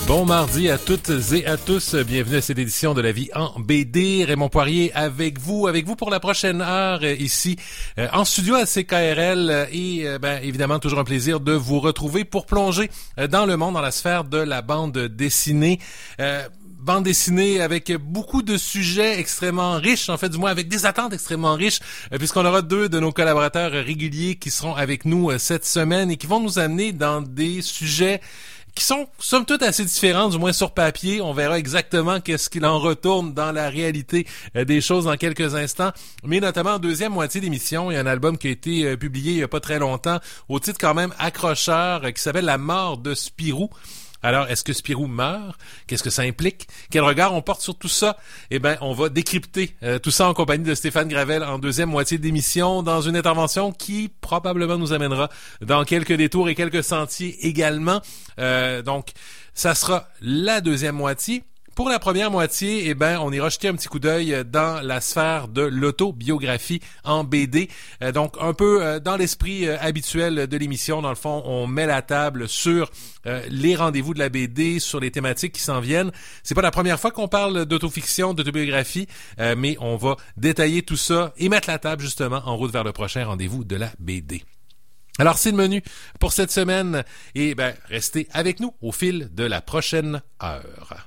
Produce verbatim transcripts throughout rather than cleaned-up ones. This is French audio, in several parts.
Bon mardi à toutes et à tous. Bienvenue à cette édition de La Vie en B D. Raymond Poirier avec vous, avec vous pour la prochaine heure ici euh, en studio à C K R L et euh, ben, évidemment toujours un plaisir de vous retrouver pour plonger euh, dans le monde, dans la sphère de la bande dessinée. Euh, Bande dessinée avec beaucoup de sujets extrêmement riches, en fait, du moins avec des attentes extrêmement riches, euh, puisqu'on aura deux de nos collaborateurs réguliers qui seront avec nous euh, cette semaine et qui vont nous amener dans des sujets qui sont, somme toute, assez différents, du moins sur papier. On verra exactement qu'est-ce qu'il en retourne dans la réalité euh, des choses dans quelques instants. Mais notamment en deuxième moitié d'émission, il y a un album qui a été euh, publié il y a pas très longtemps, au titre quand même accrocheur, euh, qui s'appelle La mort de Spirou. Alors, est-ce que Spirou meurt? Qu'est-ce que ça implique? Quel regard on porte sur tout ça? Eh ben, on va décrypter euh, tout ça en compagnie de Stéphane Gravel en deuxième moitié d'émission dans une intervention qui probablement nous amènera dans quelques détours et quelques sentiers également. Euh, donc, ça sera la deuxième moitié. Pour la première moitié, eh ben, on ira jeter un petit coup d'œil dans la sphère de l'autobiographie en B D. Euh, donc, un peu euh, dans l'esprit euh, habituel de l'émission. Dans le fond, on met la table sur euh, les rendez-vous de la B D, sur les thématiques qui s'en viennent. C'est pas la première fois qu'on parle d'autofiction, d'autobiographie, euh, mais on va détailler tout ça et mettre la table justement en route vers le prochain rendez-vous de la B D. Alors, c'est le menu pour cette semaine. Et ben, restez avec nous au fil de la prochaine heure.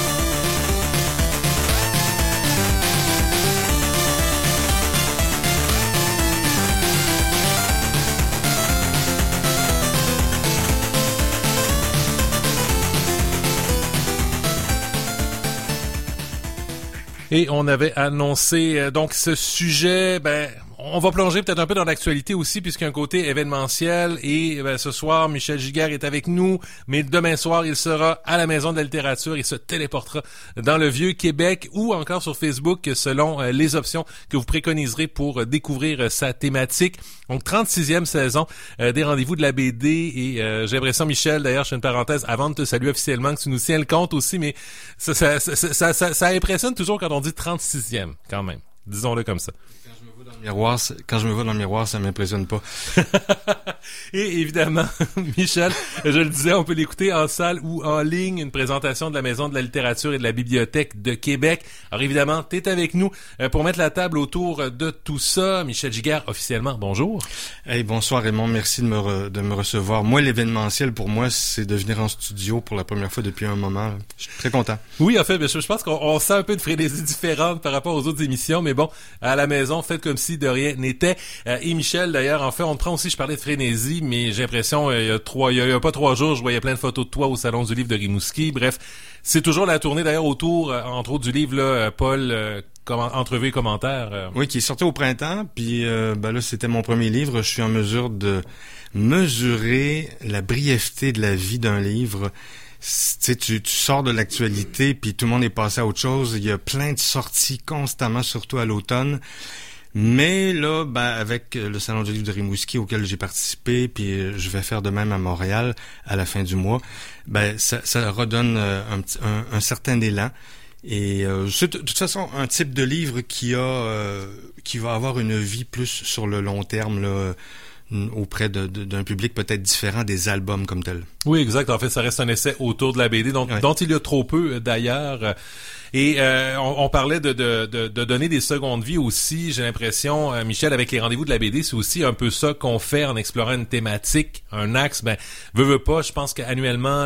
Et on avait annoncé euh, donc ce sujet, ben on va plonger peut-être un peu dans l'actualité aussi, puisqu'il y a un côté événementiel. Et ben, ce soir, Michel Giguère est avec nous, mais demain soir, il sera à la Maison de la littérature. Il se téléportera dans le Vieux-Québec ou encore sur Facebook, selon euh, les options que vous préconiserez pour euh, découvrir euh, sa thématique. Donc, trente-sixième saison euh, des rendez-vous de la B D. Et euh, j'ai l'impression, Michel, d'ailleurs, je fais une parenthèse, avant de te saluer officiellement, que tu nous tiens le compte aussi, mais ça, ça, ça, ça, ça, ça impressionne toujours quand on dit trente-sixième, quand même. Disons-le comme ça. Miroir, quand je me vois dans le miroir, ça m'impressionne pas. Et évidemment, Michel, je le disais, on peut l'écouter en salle ou en ligne, une présentation de la Maison de la littérature et de la Bibliothèque de Québec. Alors évidemment, t'es avec nous pour mettre la table autour de tout ça. Michel Giguère, officiellement, bonjour. Hey, bonsoir Raymond, merci de me, re, de me recevoir. Moi, l'événementiel, pour moi, c'est de venir en studio pour la première fois depuis un moment. Je suis très content. Oui, en fait, je, je pense qu'on on sent un peu de frénésie différente par rapport aux autres émissions, mais bon, à la maison, faites comme si de rien n'était. Euh, et Michel, d'ailleurs, en fait, on te prend aussi, je parlais de frénésie, mais j'ai l'impression, euh, il y a trois, il y a, il y a pas trois jours, je voyais plein de photos de toi au Salon du Livre de Rimouski. Bref, c'est toujours la tournée, d'ailleurs, autour, euh, entre autres, du livre, là, Paul, euh, comment, entrevue et commentaires. Euh. Oui, qui est sorti au printemps, puis euh, ben là, c'était mon premier livre. Je suis en mesure de mesurer la brièveté de la vie d'un livre. Tu sais, tu, tu sors de l'actualité, puis tout le monde est passé à autre chose. Il y a plein de sorties constamment, surtout à l'automne. Mais là, ben, avec le Salon du Livre de Rimouski auquel j'ai participé, puis je vais faire de même à Montréal à la fin du mois, ben ça, ça redonne un, un, un certain élan. Et euh, c'est de toute façon un type de livre qui a, euh, qui va avoir une vie plus sur le long terme là, auprès de, de, d'un public peut-être différent des albums comme tel. Oui, exact. En fait, ça reste un essai autour de la B D, donc, ouais. dont il y a trop peu d'ailleurs. Et euh, on, on parlait de, de, de, de donner des secondes vies aussi. J'ai l'impression, euh, Michel, avec les rendez-vous de la B D, c'est aussi un peu ça qu'on fait en explorant une thématique, un axe. Ben, veux, veux pas, je pense qu'annuellement,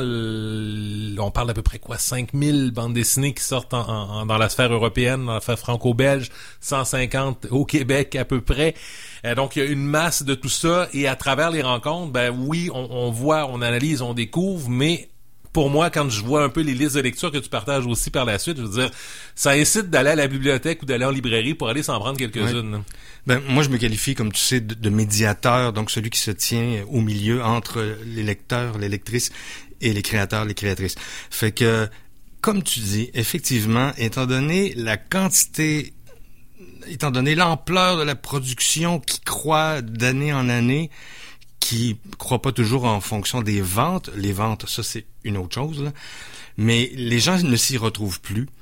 l- on parle d'à peu près quoi, cinq mille bandes dessinées qui sortent en, en, dans la sphère européenne, dans la sphère franco-belge, cent cinquante au Québec à peu près. Euh, donc, il y a une masse de tout ça. Et à travers les rencontres, ben oui, on, on voit, on analyse, on découvre, mais pour moi, quand je vois un peu les listes de lecture que tu partages aussi par la suite, je veux dire, ça incite d'aller à la bibliothèque ou d'aller en librairie pour aller s'en prendre quelques-unes. Ouais. Ben, moi, je me qualifie, comme tu sais, de, de médiateur, donc celui qui se tient au milieu entre les lecteurs, les lectrices et les créateurs, les créatrices. Fait que, comme tu dis, effectivement, étant donné la quantité, étant donné l'ampleur de la production qui croît d'année en année, qui croient pas toujours en fonction des ventes. Les ventes, ça, c'est une autre chose, là. Mais les gens ne s'y retrouvent plus.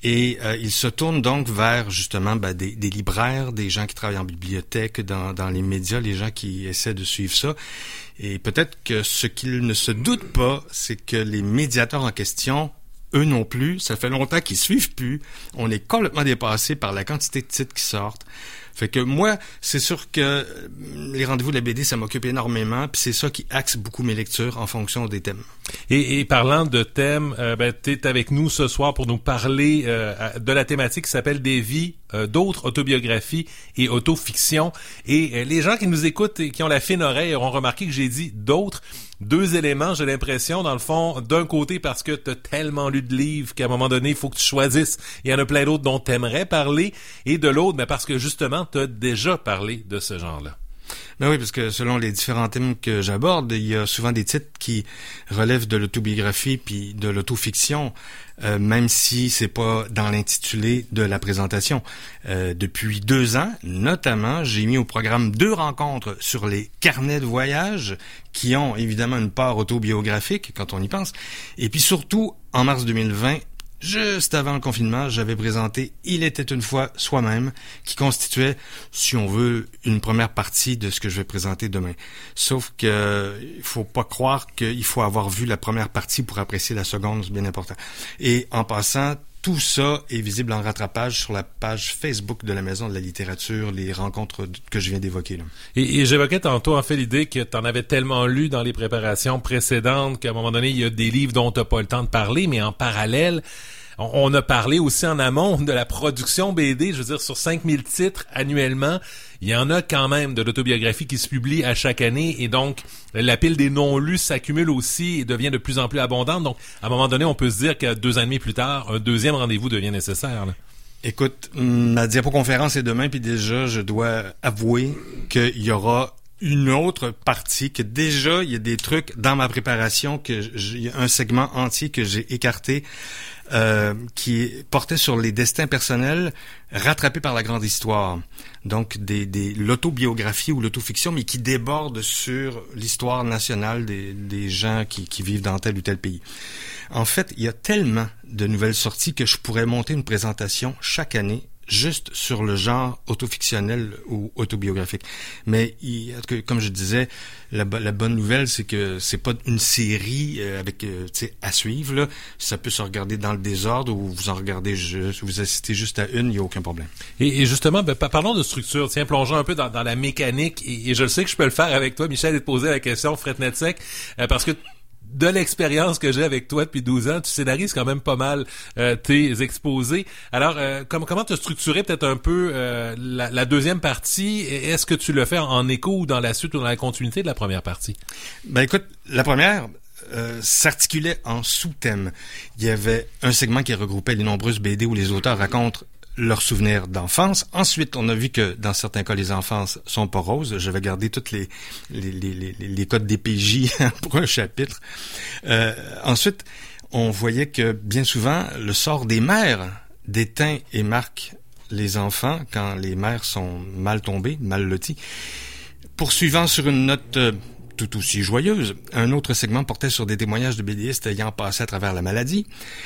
Et euh, il se tourne donc vers justement ben, des, des libraires, des gens qui travaillent en bibliothèque, dans, dans les médias, les gens qui essaient de suivre ça. Et peut-être que ce qu'ils ne se doutent pas, c'est que les médiateurs en question, eux non plus, ça fait longtemps qu'ils suivent plus. On est complètement dépassé par la quantité de titres qui sortent. Fait que moi, c'est sûr que les rendez-vous de la B D, ça m'occupe énormément, puis c'est ça qui axe beaucoup mes lectures en fonction des thèmes. Et, et parlant de thèmes, euh, ben, t'es avec nous ce soir pour nous parler euh, de la thématique qui s'appelle des vies, euh, d'autres autobiographies et autofiction. Et euh, les gens qui nous écoutent et qui ont la fine oreille auront remarqué que j'ai dit d'autres. Deux éléments, j'ai l'impression, dans le fond, d'un côté parce que t'as tellement lu de livres qu'à un moment donné, il faut que tu choisisses. Il y en a plein d'autres dont t'aimerais parler. Et de l'autre, mais parce que justement, t'as déjà parlé de ce genre-là. Ben oui, parce que selon les différents thèmes que j'aborde, il y a souvent des titres qui relèvent de l'autobiographie puis de l'autofiction, euh, même si c'est pas dans l'intitulé de la présentation. Euh, depuis deux ans, notamment, j'ai mis au programme deux rencontres sur les carnets de voyage qui ont évidemment une part autobiographique quand on y pense. Et puis surtout, en mars deux mille vingt, juste avant le confinement, j'avais présenté « Il était une fois soi-même » qui constituait, si on veut, une première partie de ce que je vais présenter demain. Sauf que il faut pas croire qu'il faut avoir vu la première partie pour apprécier la seconde, c'est bien important. Et en passant, tout ça est visible en rattrapage sur la page Facebook de la Maison de la littérature, les rencontres que je viens d'évoquer là. Et, et j'évoquais tantôt en fait l'idée que tu en avais tellement lu dans les préparations précédentes qu'à un moment donné, il y a des livres dont tu n'as pas le temps de parler, mais en parallèle, on, on a parlé aussi en amont de la production B D, je veux dire, sur cinq mille titres annuellement. Il y en a quand même de l'autobiographie qui se publie à chaque année et donc la pile des non-lus s'accumule aussi et devient de plus en plus abondante. Donc, à un moment donné, on peut se dire que deux ans et demi plus tard, un deuxième rendez-vous devient nécessaire, là. Écoute, ma diapoconférence est demain, puis déjà, je dois avouer qu'il y aura une autre partie, que déjà, il y a des trucs dans ma préparation, que il y a un segment entier que j'ai écarté, euh, qui portait sur les destins personnels rattrapés par la grande histoire. Donc, des, des, l'autobiographie ou l'autofiction, mais qui déborde sur l'histoire nationale des, des gens qui, qui vivent dans tel ou tel pays. En fait, il y a tellement de nouvelles sorties que je pourrais monter une présentation chaque année juste sur le genre autofictionnel ou autobiographique. Mais il, comme je disais, la, la bonne nouvelle, c'est que c'est pas une série euh, avec, euh, tu sais, à suivre, là. Ça peut se regarder dans le désordre ou vous en regardez juste, vous assistez juste à une, il n'y a aucun problème. Et, et justement, ben, parlons de structure. Tiens, plongeons un peu dans, dans la mécanique. Et, et je le sais que je peux le faire avec toi, Michel, et te poser la question, Fred Sec, euh, parce que de l'expérience que j'ai avec toi depuis douze ans, tu scénarises quand même pas mal euh, tes exposés. Alors, euh, comme, comment tu as structuré peut-être un peu euh, la, la deuxième partie? Est-ce que tu le fais en, en écho ou dans la suite ou dans la continuité de la première partie? Ben écoute, la première euh, s'articulait en sous-thèmes. Il y avait un segment qui regroupait les nombreuses B D où les auteurs racontent leurs souvenirs d'enfance. Ensuite, on a vu que dans certains cas, les enfances sont pas roses. Je vais garder toutes les les les les, les codes des P J pour un chapitre. Euh, ensuite, on voyait que bien souvent, le sort des mères déteint et marque les enfants quand les mères sont mal tombées, mal loties. Poursuivant sur une note euh, tout aussi joyeuse, un autre segment portait sur des témoignages de BDistes ayant passé à travers la maladie.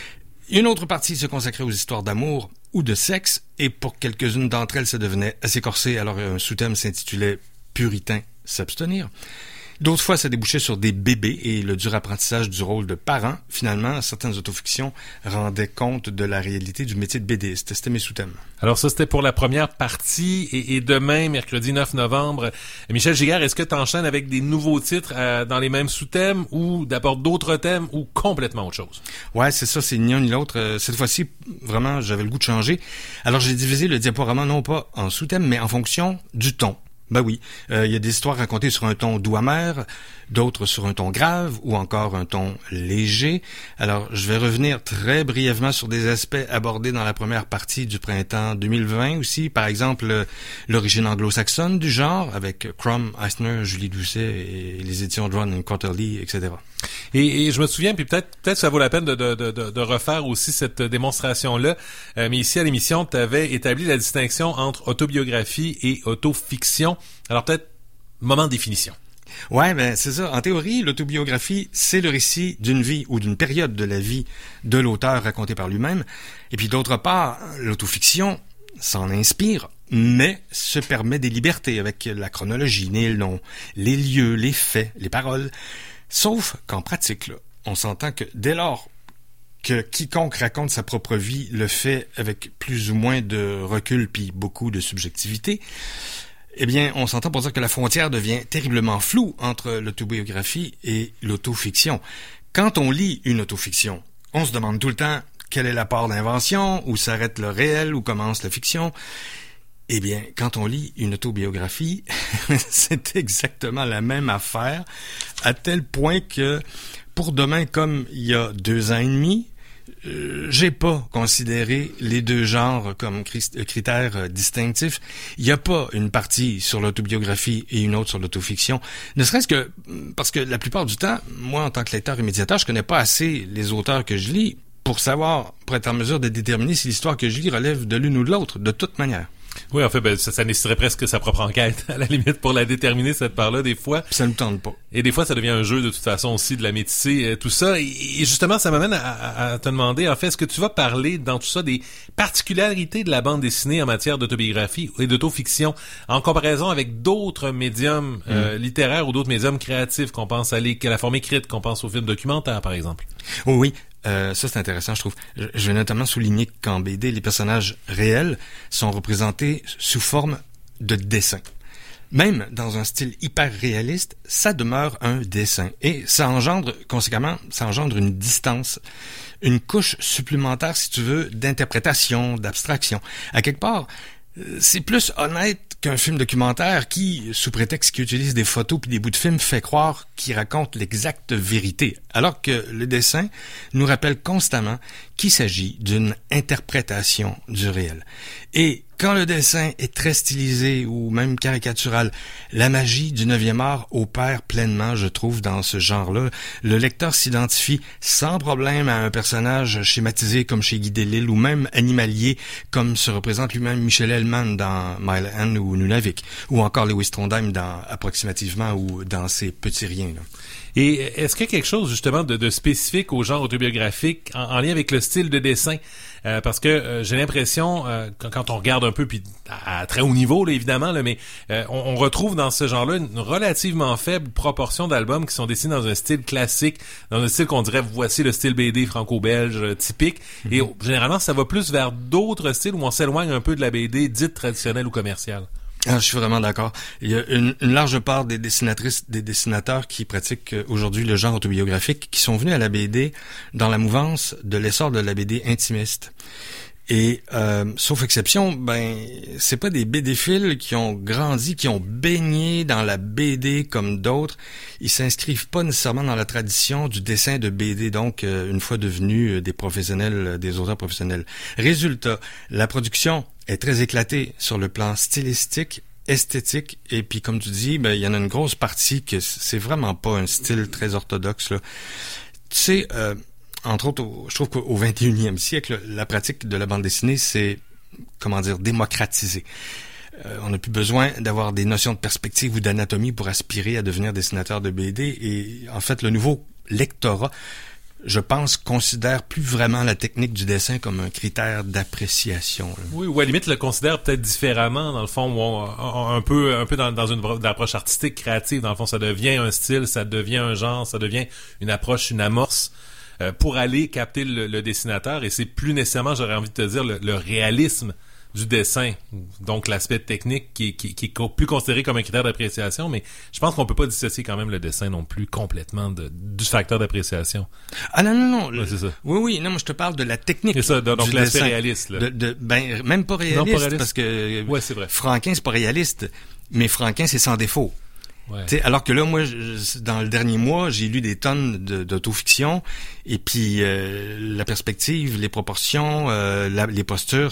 Une autre partie se consacrait aux histoires d'amour ou de sexe, et pour quelques-unes d'entre elles, ça devenait assez corsé, alors un sous-thème s'intitulait « Puritain, s'abstenir ». D'autres fois, ça débouchait sur des bébés et le dur apprentissage du rôle de parent. Finalement, certaines autofictions rendaient compte de la réalité du métier de bédéiste. C'était mes sous-thèmes. Alors ça, c'était pour la première partie. Et, et demain, mercredi neuf novembre, Michel Giguère, est-ce que tu enchaînes avec des nouveaux titres euh, dans les mêmes sous-thèmes ou d'abord d'autres thèmes ou complètement autre chose? Ouais, c'est ça, c'est ni un ni l'autre. Euh, cette fois-ci, vraiment, j'avais le goût de changer. Alors, j'ai divisé le diaporama non pas en sous-thèmes, mais en fonction du ton. Ben oui, euh, il y a des histoires racontées sur un ton doux amer, d'autres sur un ton grave ou encore un ton léger. Alors, je vais revenir très brièvement sur des aspects abordés dans la première partie du printemps deux mille vingt aussi. Par exemple, l'origine anglo-saxonne du genre avec Crumb, Eisner, Julie Doucet et les éditions Drone and Quarterly, et cetera. Et, et je me souviens, puis peut-être peut-être ça vaut la peine de, de, de, de refaire aussi cette démonstration-là, euh, mais ici à l'émission, tu avais établi la distinction entre autobiographie et autofiction. Alors peut-être, moment de définition. Ouais, ben c'est ça. En théorie, l'autobiographie, c'est le récit d'une vie ou d'une période de la vie de l'auteur racontée par lui-même. Et puis d'autre part, l'autofiction s'en inspire, mais se permet des libertés avec la chronologie, les noms, les lieux, les faits, les paroles. Sauf qu'en pratique, là, on s'entend que dès lors que quiconque raconte sa propre vie le fait avec plus ou moins de recul puis beaucoup de subjectivité, eh bien, on s'entend pour dire que la frontière devient terriblement floue entre l'autobiographie et l'autofiction. Quand on lit une autofiction, on se demande tout le temps quelle est la part d'invention, où s'arrête le réel, où commence la fiction. Eh bien, quand on lit une autobiographie, c'est exactement la même affaire, à tel point que, pour demain, comme il y a deux ans et demi, Euh, j'ai pas considéré les deux genres comme critères distinctifs. Il n'y a pas une partie sur l'autobiographie et une autre sur l'autofiction. Ne serait-ce que parce que la plupart du temps, moi, en tant que lecteur et médiateur, je connais pas assez les auteurs que je lis pour savoir, pour être en mesure de déterminer si l'histoire que je lis relève de l'une ou de l'autre, de toute manière. Oui, en fait, ben, ça, ça nécessiterait presque sa propre enquête, à la limite, pour la déterminer, cette part-là, des fois. Puis ça ne me tente pas. Et des fois, ça devient un jeu, de toute façon, aussi, de la métisser, euh, tout ça. Et, et justement, ça m'amène à, à, à te demander, en fait, est-ce que tu vas parler, dans tout ça, des particularités de la bande dessinée en matière d'autobiographie et d'autofiction, en comparaison avec d'autres médiums euh, mmh. littéraires ou d'autres médiums créatifs, qu'on pense à, les, à la forme écrite, qu'on pense au film documentaire, par exemple? Oh oui. Euh, ça, c'est intéressant, je trouve. Je, je vais notamment souligner qu'en B D, les personnages réels sont représentés sous forme de dessin. Même dans un style hyper réaliste, ça demeure un dessin. Et ça engendre, conséquemment, ça engendre une distance, une couche supplémentaire, si tu veux, d'interprétation, d'abstraction. À quelque part, c'est plus honnête qu'un film documentaire qui, sous prétexte qu'il utilise des photos puis des bouts de film, fait croire qu'il raconte l'exacte vérité, alors que le dessin nous rappelle constamment qu'il s'agit d'une interprétation du réel. Et quand le dessin est très stylisé ou même caricatural, la magie du neuvième art opère pleinement, je trouve, dans ce genre-là. Le lecteur s'identifie sans problème à un personnage schématisé comme chez Guy Delisle ou même animalier comme se représente lui-même Michel Hellman dans Mile End ou Nunavik, ou encore Lewis Trondheim dans Approximativement ou dans Ces petits riens, là. Et est-ce qu'il y a quelque chose justement de, de spécifique au genre autobiographique en, en lien avec le style de dessin? Euh, parce que euh, j'ai l'impression, euh, quand, quand on regarde un peu, puis à, à très haut niveau, là, évidemment, là, mais euh, on, on retrouve dans ce genre-là une relativement faible proportion d'albums qui sont dessinés dans un style classique, dans un style qu'on dirait, voici le style B D franco-belge euh, typique. Mm-hmm. Et oh, généralement, ça va plus vers d'autres styles où on s'éloigne un peu de la B D dite traditionnelle ou commerciale. Ah, je suis vraiment d'accord. Il y a une, une large part des dessinatrices, des dessinateurs qui pratiquent aujourd'hui le genre autobiographique, qui sont venus à la B D dans la mouvance de l'essor de la B D intimiste. Et euh, sauf exception, ben c'est pas des BDphiles qui ont grandi, qui ont baigné dans la B D comme d'autres. Ils s'inscrivent pas nécessairement dans la tradition du dessin de B D, donc euh, une fois devenus des professionnels, des auteurs professionnels. Résultat, la production est très éclatée sur le plan stylistique, esthétique, et puis comme tu dis, ben il y en a une grosse partie que c'est vraiment pas un style très orthodoxe, là. Tu sais, euh, entre autres, je trouve qu'au vingt et unième siècle, la pratique de la bande dessinée, c'est, comment dire, démocratisé. Euh, on n'a plus besoin d'avoir des notions de perspective ou d'anatomie pour aspirer à devenir dessinateur de B D. Et en fait, le nouveau lectorat, je pense, considère plus vraiment la technique du dessin comme un critère d'appréciation, là. Oui, ou à la limite le considère peut-être différemment, dans le fond, où on, on, un peu un peu dans, dans une approche artistique, créative. Dans le fond, ça devient un style, ça devient un genre, ça devient une approche, une amorce. Euh, pour aller capter le, le dessinateur, et c'est plus nécessairement, j'aurais envie de te dire, le, le réalisme du dessin, donc l'aspect technique qui, qui, qui est plus considéré comme un critère d'appréciation, mais je pense qu'on peut pas dissocier quand même le dessin non plus complètement de, du facteur d'appréciation. Ah non, non, non. Ouais, c'est ça. Oui, oui, non, moi je te parle de la technique. C'est ça, donc du l'aspect dessin. réaliste. Là. De, de, ben, même pas réaliste, non, pas réaliste, parce que ouais, c'est vrai. Franquin, c'est pas réaliste, mais Franquin, c'est sans défaut. Ouais. T'sais, alors que là, moi, je, dans le dernier mois, j'ai lu des tonnes de, d'autofiction, et puis euh, la perspective, les proportions, euh, la, les postures,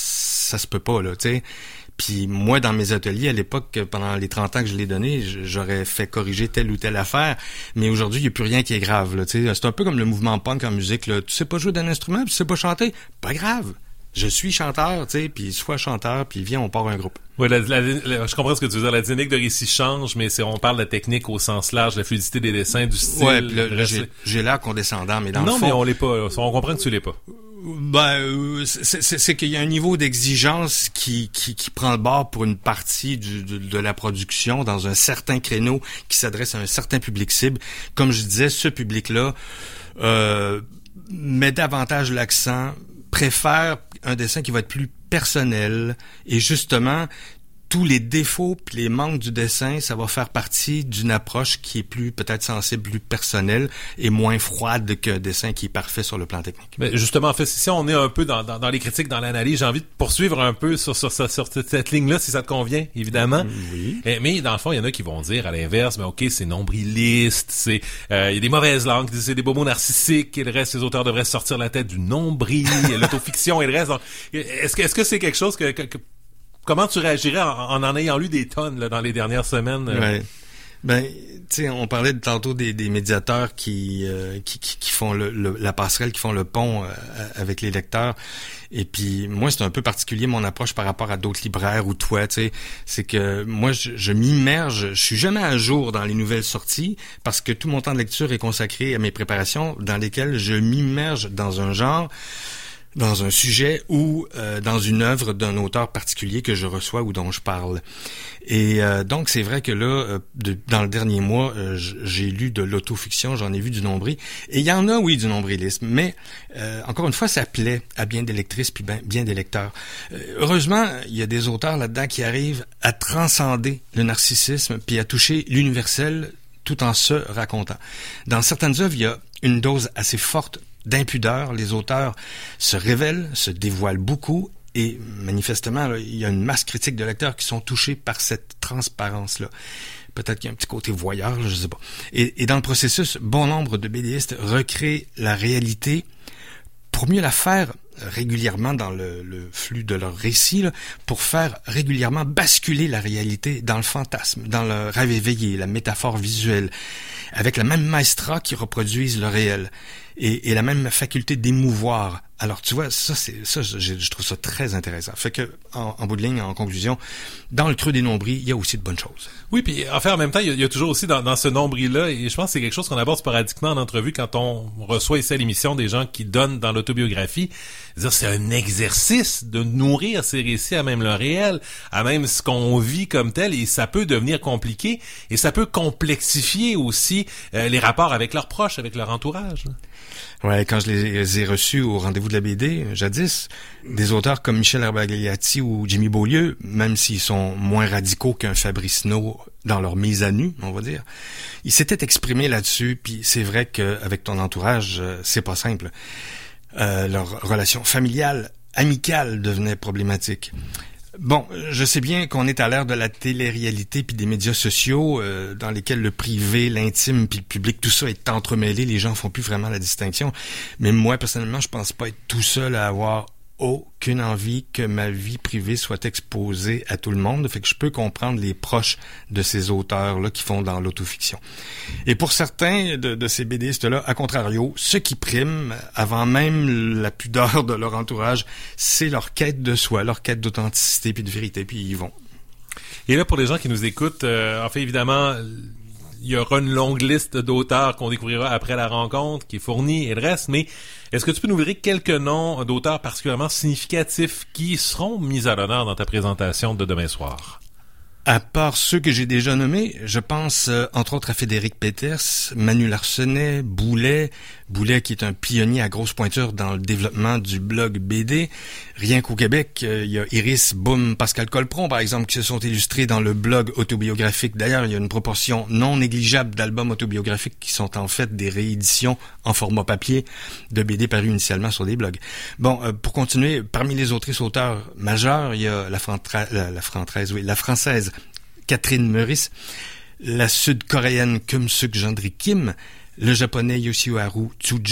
ça se peut pas, là, tu sais. Puis moi, dans mes ateliers, à l'époque, pendant les trente ans que je l'ai donné, j'aurais fait corriger telle ou telle affaire, mais aujourd'hui, il n'y a plus rien qui est grave, là, tu sais. C'est un peu comme le mouvement punk en musique, là. Tu sais pas jouer d'un instrument, tu sais pas chanter, pas grave. je suis chanteur, tu sais, puis sois chanteur, puis viens, on part un groupe. Oui, la, la, la, je comprends ce que tu veux dire. La dynamique de récit change, mais c'est, on parle de la technique au sens large, la fluidité des dessins, du style. Ouais, puis là, j'ai, j'ai l'air condescendant, mais dans non, le fond... Non, mais on l'est pas. On comprend que tu l'es pas. Ben, euh, c'est, c'est, c'est qu'il y a un niveau d'exigence qui, qui, qui prend le bord pour une partie du, de, de la production dans un certain créneau qui s'adresse à un certain public cible. Comme je disais, ce public-là euh, met davantage l'accent, préfère un dessin qui va être plus personnel et justement tous les défauts puis les manques du dessin, ça va faire partie d'une approche qui est plus peut-être sensible, plus personnelle et moins froide qu'un dessin qui est parfait sur le plan technique. Mais justement, en fait, si on est un peu dans, dans, dans les critiques, dans l'analyse, j'ai envie de poursuivre un peu sur, sur, sur, sur cette ligne-là, si ça te convient, évidemment. Oui. Mais dans le fond, il y en a qui vont dire à l'inverse, mais ok, c'est nombriliste, c'est euh, il y a des mauvaises langues, c'est des beaux mots narcissiques, et le reste, les auteurs devraient sortir la tête du nombril, l'autofiction et le reste. Donc, est-ce que est-ce que c'est quelque chose que, que, que comment tu réagirais en, en en ayant lu des tonnes là, dans les dernières semaines? Euh... Ouais. Ben, tu sais, on parlait tantôt des, des médiateurs qui, euh, qui, qui qui font le, le, la passerelle, qui font le pont euh, avec les lecteurs. Et puis moi, c'est un peu particulier mon approche par rapport à d'autres libraires ou toi. Tu sais, c'est que moi, je, je m'immerge. Je suis jamais à jour dans les nouvelles sorties parce que tout mon temps de lecture est consacré à mes préparations, dans lesquelles je m'immerge dans un genre, dans un sujet ou euh, dans une œuvre d'un auteur particulier que je reçois ou dont je parle. Et euh, donc, c'est vrai que là, euh, de, dans le dernier mois, euh, j'ai lu de l'autofiction, j'en ai vu du nombril. Et il y en a, oui, du nombrilisme, mais euh, encore une fois, ça plaît à bien des lectrices puis bien, bien des lecteurs. Euh, heureusement, il y a des auteurs là-dedans qui arrivent à transcender le narcissisme puis à toucher l'universel tout en se racontant. Dans certaines œuvres, il y a une dose assez forte d'impudeur. Les auteurs se révèlent, se dévoilent beaucoup et manifestement, là, il y a une masse critique de lecteurs qui sont touchés par cette transparence-là. Peut-être qu'il y a un petit côté voyeur, là, je sais pas. Et, et dans le processus, bon nombre de BDistes recréent la réalité pour mieux la faire régulièrement dans le, le flux de leur récit, là, pour faire régulièrement basculer la réalité dans le fantasme, dans le rêve éveillé, la métaphore visuelle, avec la même maestria qui reproduisent le réel et, et la même faculté d'émouvoir. Alors, tu vois, ça, c'est ça, je, je trouve ça très intéressant. Fait que, en, en bout de ligne, en conclusion, dans le creux des nombrils, il y a aussi de bonnes choses. Oui, puis en fait, en même temps, il y a, il y a toujours aussi dans, dans ce nombril-là, et je pense que c'est quelque chose qu'on aborde sporadiquement en entrevue quand on reçoit ici à l'émission des gens qui donnent dans l'autobiographie. C'est-à-dire, c'est un exercice de nourrir ces récits à même le réel, à même ce qu'on vit comme tel, et ça peut devenir compliqué, et ça peut complexifier aussi euh, les rapports avec leurs proches, avec leur entourage. Ouais, quand je les ai reçus au rendez-vous de la B D, jadis, des auteurs comme Michel Herbagliati ou Jimmy Beaulieu, même s'ils sont moins radicaux qu'un Fabrice No dans leur mise à nu, on va dire, ils s'étaient exprimés là-dessus, puis c'est vrai qu'avec ton entourage, c'est pas simple. Euh, leur relation familiale, amicale devenait problématique. Bon, je sais bien qu'on est à l'ère de la télé-réalité puis des médias sociaux euh, dans lesquels le privé, l'intime puis le public, tout ça est entremêlé. Les gens font plus vraiment la distinction. Mais moi, personnellement, je pense pas être tout seul à avoir aucune envie que ma vie privée soit exposée à tout le monde. Fait que je peux comprendre les proches de ces auteurs-là qui font dans l'autofiction. Et pour certains de, de ces BDistes-là, à contrario, ce qui prime, avant même la pudeur de leur entourage, c'est leur quête de soi, leur quête d'authenticité puis de vérité, puis ils y vont. Et là, pour les gens qui nous écoutent, euh, en fait, évidemment, il y aura une longue liste d'auteurs qu'on découvrira après la rencontre, qui est fournie et le reste, mais est-ce que tu peux nous ouvrir quelques noms d'auteurs particulièrement significatifs qui seront mis à l'honneur dans ta présentation de demain soir? À part ceux que j'ai déjà nommés, je pense euh, entre autres à Frédéric Peters, Manu Larsenet, Boulet, Boulet qui est un pionnier à grosse pointure dans le développement du blog B D. Rien qu'au Québec, euh, il y a Iris, Boum, Pascal Colpron par exemple qui se sont illustrés dans le blog autobiographique. D'ailleurs, il y a une proportion non négligeable d'albums autobiographiques qui sont en fait des rééditions en format papier de B D parus initialement sur des blogs. Bon, euh, pour continuer, parmi les autrices auteurs majeurs, il y a la, Frantra- la, la, Frantraise, oui, la française Catherine Meurice, la sud-coréenne Kum Suk Jandri Kim, le japonais Yoshiharu Tsuji,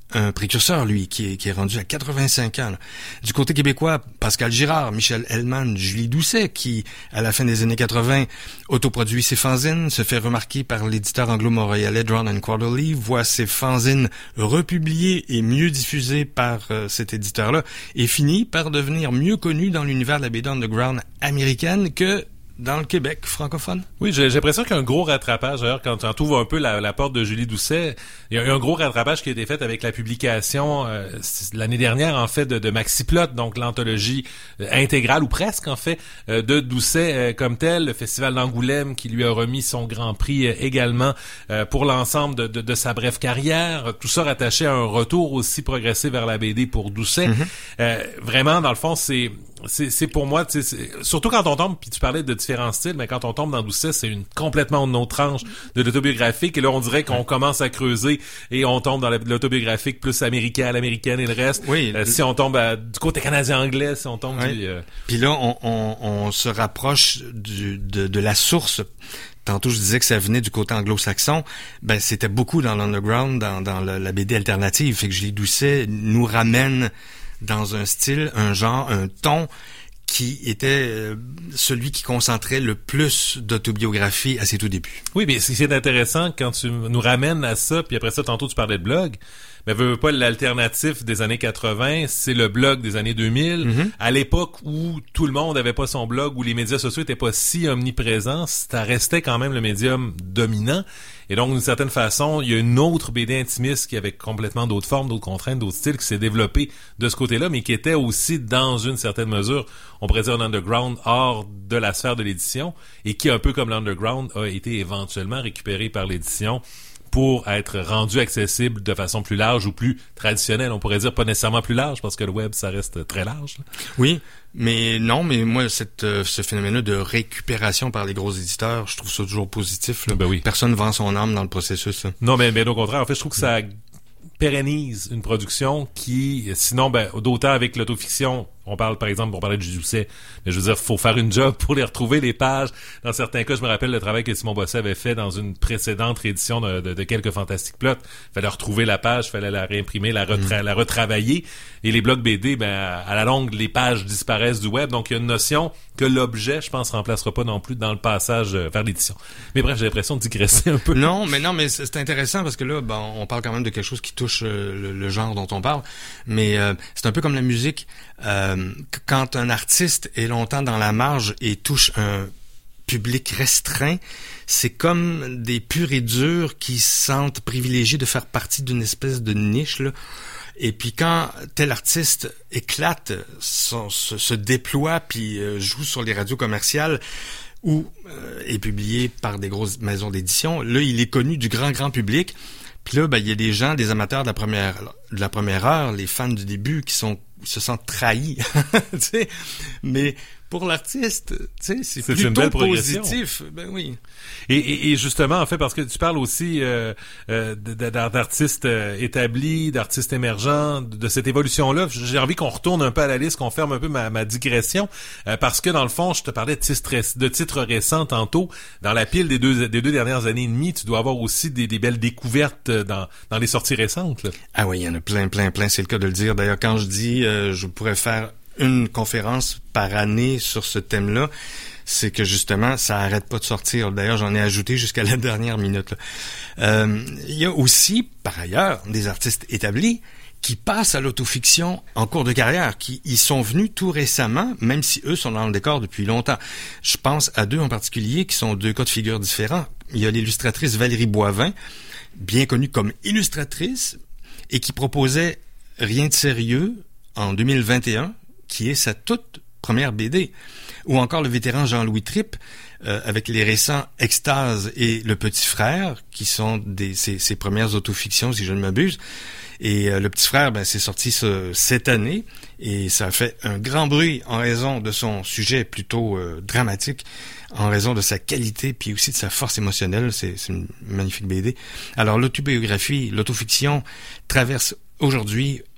un précurseur, lui, qui est, qui est rendu à quatre-vingt-cinq ans. Là. Du côté québécois, Pascal Girard, Michel Hellman, Julie Doucet, qui, à la fin des années quatre-vingts, autoproduit ses fanzines, se fait remarquer par l'éditeur anglo-montréalais Drawn and Quarterly, voit ses fanzines republiées et mieux diffusées par euh, cet éditeur-là, et finit par devenir mieux connu dans l'univers de la B D underground américaine que dans le Québec francophone. Oui, j'ai, j'ai l'impression qu'il y a un gros rattrapage. D'ailleurs, quand on ouvre un peu la, la porte de Julie Doucet, il y a eu un gros rattrapage qui a été fait avec la publication euh, l'année dernière, en fait, de, de Maxiplot, donc l'anthologie euh, intégrale, ou presque, en fait, euh, de Doucet euh, comme tel, le Festival d'Angoulême qui lui a remis son grand prix euh, également euh, pour l'ensemble de, de, de sa brève carrière. Tout ça rattaché à un retour aussi progressé vers la B D pour Doucet. Mm-hmm. Euh, vraiment, dans le fond, c'est... C'est, c'est pour moi, tu sais, surtout quand on tombe, puis tu parlais de différents styles, mais quand on tombe dans Doucet, c'est une complètement une autre tranche de l'autobiographique, et là on dirait qu'on commence à creuser et on tombe dans l'autobiographique plus américain, l'américaine et le reste. Oui. Euh, si on tombe à, du côté canadien-anglais, si on tombe oui. du... Euh... Puis là, on, on, on se rapproche du, de, de la source. Tantôt, je disais que ça venait du côté anglo-saxon. Ben, c'était beaucoup dans l'underground, dans, dans la, la B D alternative. Fait que Julie Doucet nous ramène dans un style, un genre, un ton qui était euh, celui qui concentrait le plus d'autobiographie à ses tout débuts. Oui, mais c'est intéressant quand tu nous ramènes à ça, puis après ça, tantôt, tu parlais de blog. Mais veux, veux pas, l'alternatif des années quatre-vingts, c'est le blog des années deux mille. Mm-hmm. À l'époque où tout le monde avait pas son blog, où les médias sociaux étaient pas si omniprésents, ça restait quand même le médium dominant. Et donc, d'une certaine façon, il y a une autre B D intimiste qui avait complètement d'autres formes, d'autres contraintes, d'autres styles, qui s'est développée de ce côté-là, mais qui était aussi, dans une certaine mesure, on pourrait dire un underground hors de la sphère de l'édition, et qui, un peu comme l'underground, a été éventuellement récupéré par l'édition pour être rendu accessible de façon plus large ou plus traditionnelle. On pourrait dire pas nécessairement plus large, parce que le web, ça reste très large. Oui, mais non, mais moi, cette, euh, ce phénomène-là de récupération par les gros éditeurs, je trouve ça toujours positif. Là. Ben oui. Personne vend son âme dans le processus. Là. Non, mais, mais au contraire, en fait, je trouve que ça pérennise une production qui, sinon, ben, d'autant avec l'autofiction, on parle, par exemple, on parlait de Doucet, mais je veux dire, faut faire une job pour les retrouver, les pages. Dans certains cas, je me rappelle le travail que Simon Bossé avait fait dans une précédente réédition de, de, de quelques Fantastic Plots. Fallait retrouver la page, fallait la réimprimer, la, retra- mmh. la retravailler. Et les blogs B D, ben, à la longue, les pages disparaissent du web. Donc, il y a une notion que l'objet, je pense, remplacera pas non plus dans le passage vers l'édition. Mais bref, j'ai l'impression de digresser un peu. Non, mais non, mais c'est intéressant parce que là, ben, on parle quand même de quelque chose qui touche euh, le, le genre dont on parle. Mais euh, c'est un peu comme la musique. Euh, Quand un artiste est longtemps dans la marge et touche un public restreint, c'est comme des purs et durs qui se sentent privilégiés de faire partie d'une espèce de niche, là. Et puis quand tel artiste éclate, son, se, se déploie, puis euh, joue sur les radios commerciales, ou euh, est publié par des grosses maisons d'édition, là, il est connu du grand, grand public. Puis là, ben, il y a des gens, des amateurs de la première, de la première heure, les fans du début, qui sont se sentent trahis. Tu sais, mais pour l'artiste, tu sais, c'est, c'est plutôt une belle positif. Ben oui. Et, et, et justement, en fait, parce que tu parles aussi euh, euh, d'artistes euh, établis, d'artistes émergents, de, de cette évolution-là. J'ai envie qu'on retourne un peu à la liste, qu'on ferme un peu ma, ma digression, euh, parce que dans le fond, je te parlais de titres, de titres récents tantôt. Dans la pile des deux, des deux dernières années et demie, tu dois avoir aussi des, des belles découvertes dans, dans les sorties récentes, là. Ah oui, il y en a plein, plein, plein. C'est le cas de le dire. D'ailleurs, quand je dis, euh, je pourrais faire une conférence par année sur ce thème-là, c'est que justement, ça arrête pas de sortir. D'ailleurs, j'en ai ajouté jusqu'à la dernière minute. Là. Euh, il y a aussi, par ailleurs, des artistes établis qui passent à l'autofiction en cours de carrière, qui y sont venus tout récemment, même si eux sont dans le décor depuis longtemps. Je pense à deux en particulier qui sont deux cas de figure différents. Il y a l'illustratrice Valérie Boivin, bien connue comme illustratrice, et qui proposait Rien de sérieux en deux mille vingt et un, qui est sa toute première B D. Ou encore le vétéran Jean-Louis Tripp, euh, avec les récents Extase et Le Petit Frère, qui sont des, ses, ses premières autofictions, si je ne m'abuse. Et euh, Le Petit Frère, ben, c'est sorti ce, cette année, et ça a fait un grand bruit en raison de son sujet plutôt euh, dramatique, en raison de sa qualité, puis aussi de sa force émotionnelle. C'est, c'est une magnifique B D. Alors, l'autobiographie, l'autofiction traverse aujourd'hui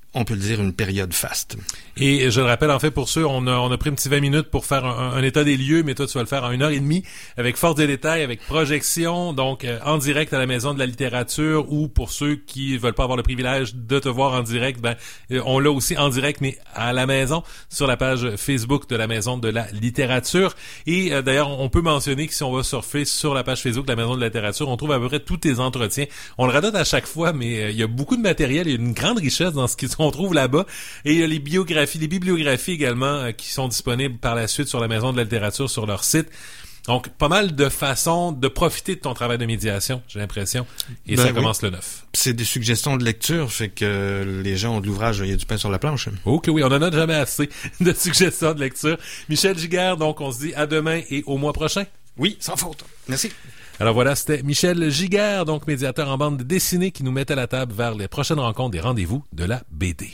on peut le dire, une période faste. Et je le rappelle, en fait, pour ceux, on a, on a pris un petit vingt minutes pour faire un, un état des lieux, mais toi, tu vas le faire en une heure et demie, avec force des détails, avec projection, donc euh, en direct à la Maison de la littérature, ou pour ceux qui veulent pas avoir le privilège de te voir en direct, ben on l'a aussi en direct, mais à la maison, sur la page Facebook de la Maison de la littérature. Et euh, d'ailleurs, on peut mentionner que si on va surfer sur la page Facebook de la Maison de la littérature, on trouve à peu près tous tes entretiens. On le radote à chaque fois, mais euh, il y a beaucoup de matériel, il y a une grande richesse dans ce qu'on trouve là-bas. Et il y a les biographies, les bibliographies également euh, qui sont disponibles par la suite sur la Maison de la littérature, sur leur site. Donc, pas mal de façons de profiter de ton travail de médiation, j'ai l'impression. Et ben ça oui. commence le neuf. C'est des suggestions de lecture, fait que les gens ont de l'ouvrage, il y a du pain sur la planche. Ok, oui, on en a jamais assez de suggestions de lecture. Michel Giguère, donc on se dit à demain et au mois prochain. Oui, sans faute. Merci. Alors voilà, c'était Michel Giguère, donc médiateur en bande dessinée, qui nous mettait à la table vers les prochaines rencontres des rendez-vous de la B D.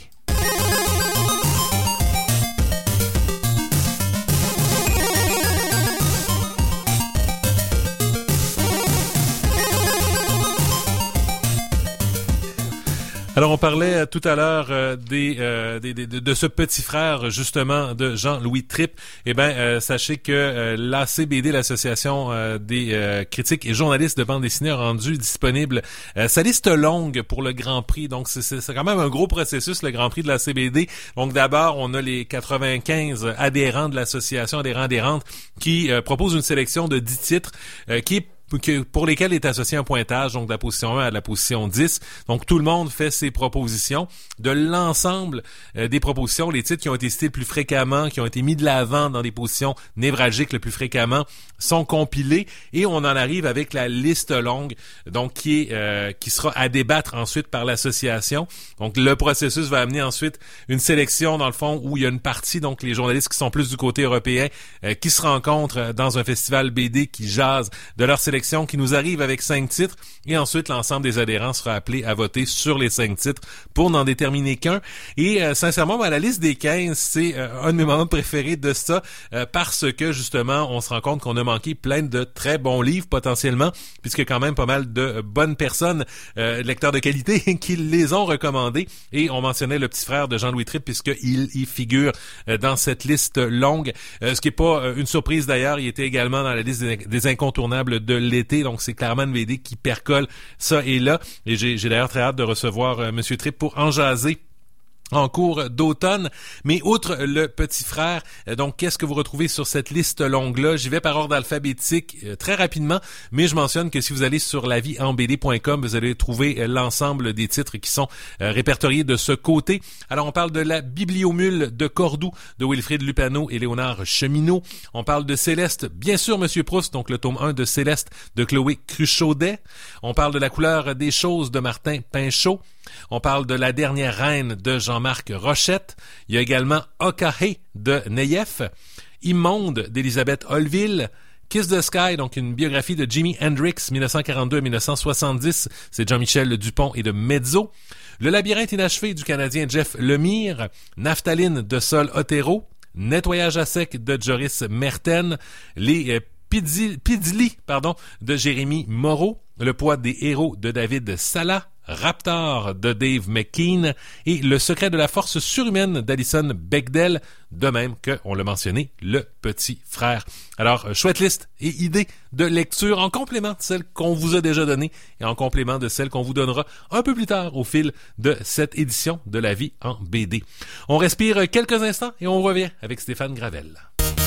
Alors, on parlait euh, tout à l'heure euh, des, euh, des, des de, de ce petit frère, justement, de Jean-Louis Tripp. Eh bien, euh, sachez que euh, l'A C B D, l'Association euh, des euh, critiques et journalistes de bande dessinée, a rendu disponible euh, sa liste longue pour le Grand Prix. Donc, c'est, c'est, c'est quand même un gros processus, le Grand Prix de l'A C B D. Donc, d'abord, on a les quatre-vingt-quinze adhérents de l'association, adhérents, adhérentes, qui euh, proposent une sélection de dix titres euh, qui est Que, pour lesquels est associé un pointage, donc de la position un à la position dix. Donc, tout le monde fait ses propositions. De l'ensemble euh, des propositions, les titres qui ont été cités le plus fréquemment, qui ont été mis de l'avant dans des positions névralgiques le plus fréquemment, sont compilés et on en arrive avec la liste longue, donc qui est euh, qui sera à débattre ensuite par l'association. Donc, le processus va amener ensuite une sélection, dans le fond, où il y a une partie, donc les journalistes qui sont plus du côté européen, euh, qui se rencontrent dans un festival B D qui jase de leur sélection qui nous arrive avec cinq titres et ensuite l'ensemble des adhérents sera appelé à voter sur les cinq titres pour n'en déterminer qu'un. Et euh, sincèrement, ben, la liste des quinze, c'est euh, un de mes moments préférés de ça euh, parce que justement, on se rend compte qu'on a manqué plein de très bons livres potentiellement, puisque quand même pas mal de bonnes personnes, euh, lecteurs de qualité, qui les ont recommandés. Et on mentionnait le petit frère de Jean-Louis Tripp puisqu'il y figure euh, dans cette liste longue. Euh, ce qui est pas euh, une surprise d'ailleurs, il était également dans la liste des, des incontournables de l'été, donc c'est clairement une B D qui percole ça et là, et j'ai, j'ai d'ailleurs très hâte de recevoir euh, Monsieur Tripp pour en jaser en cours d'automne. Mais outre le petit frère, euh, donc qu'est-ce que vous retrouvez sur cette liste longue-là? J'y vais par ordre alphabétique euh, très rapidement, mais je mentionne que si vous allez sur la vie en b d point com, vous allez trouver euh, l'ensemble des titres qui sont euh, répertoriés de ce côté. Alors on parle de la Bibliomule de Cordoue de Wilfrid Lupano et Léonard Cheminot. On parle de Céleste, bien sûr Monsieur Proust, donc le tome un de Céleste de Chloé Cruchaudet. On parle de La couleur des choses de Martin Pinchot. On parle de La dernière reine de Jean-Marc Rochette. Il y a également Okahe de Neyef, Immonde d'Elisabeth Holville, Kiss the Sky, donc une biographie de Jimi Hendrix, dix-neuf cent quarante-deux à dix-neuf cent soixante-dix, c'est Jean-Michel Dupont et de Mezzo. Le labyrinthe inachevé du Canadien Jeff Lemire, Naphtaline de Sol Otero, Nettoyage à sec de Joris Merten, Les euh, Pidli, Pidli pardon, de Jérémy Moreau, Le poids des héros de David Sala, Raptor de Dave McKean et Le secret de la force surhumaine d'Alison Bechdel, de même que, on l'a mentionné, Le petit frère. Alors, chouette liste et idées de lecture en complément de celle qu'on vous a déjà donnée et en complément de celle qu'on vous donnera un peu plus tard au fil de cette édition de La vie en B D. On respire quelques instants et on revient avec Stéphane Gravel.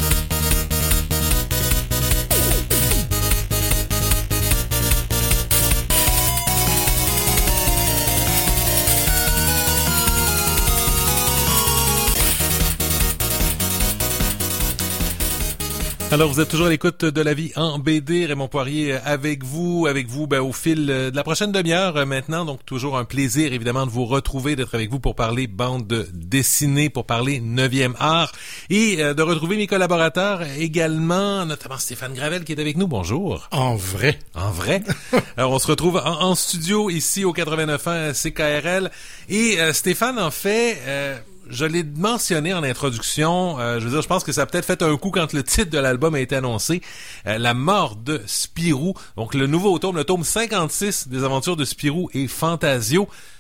Alors, vous êtes toujours à l'écoute de La vie en B D. Raymond Poirier avec vous, avec vous ben, au fil de la prochaine demi-heure maintenant. Donc, toujours un plaisir, évidemment, de vous retrouver, d'être avec vous pour parler bande dessinée, pour parler neuvième art et euh, de retrouver mes collaborateurs également, notamment Stéphane Gravel qui est avec nous. Bonjour. En vrai. En vrai. Alors, on se retrouve en, en studio ici au quatre-vingt-neuf point un C K R L. Et euh, Stéphane, en fait... Euh, je l'ai mentionné en introduction, euh, je veux dire, je pense que ça a peut-être fait un coup quand le titre de l'album a été annoncé, euh, La mort de Spirou, donc le nouveau tome, le tome cinquante-six des aventures de Spirou et Fantasio.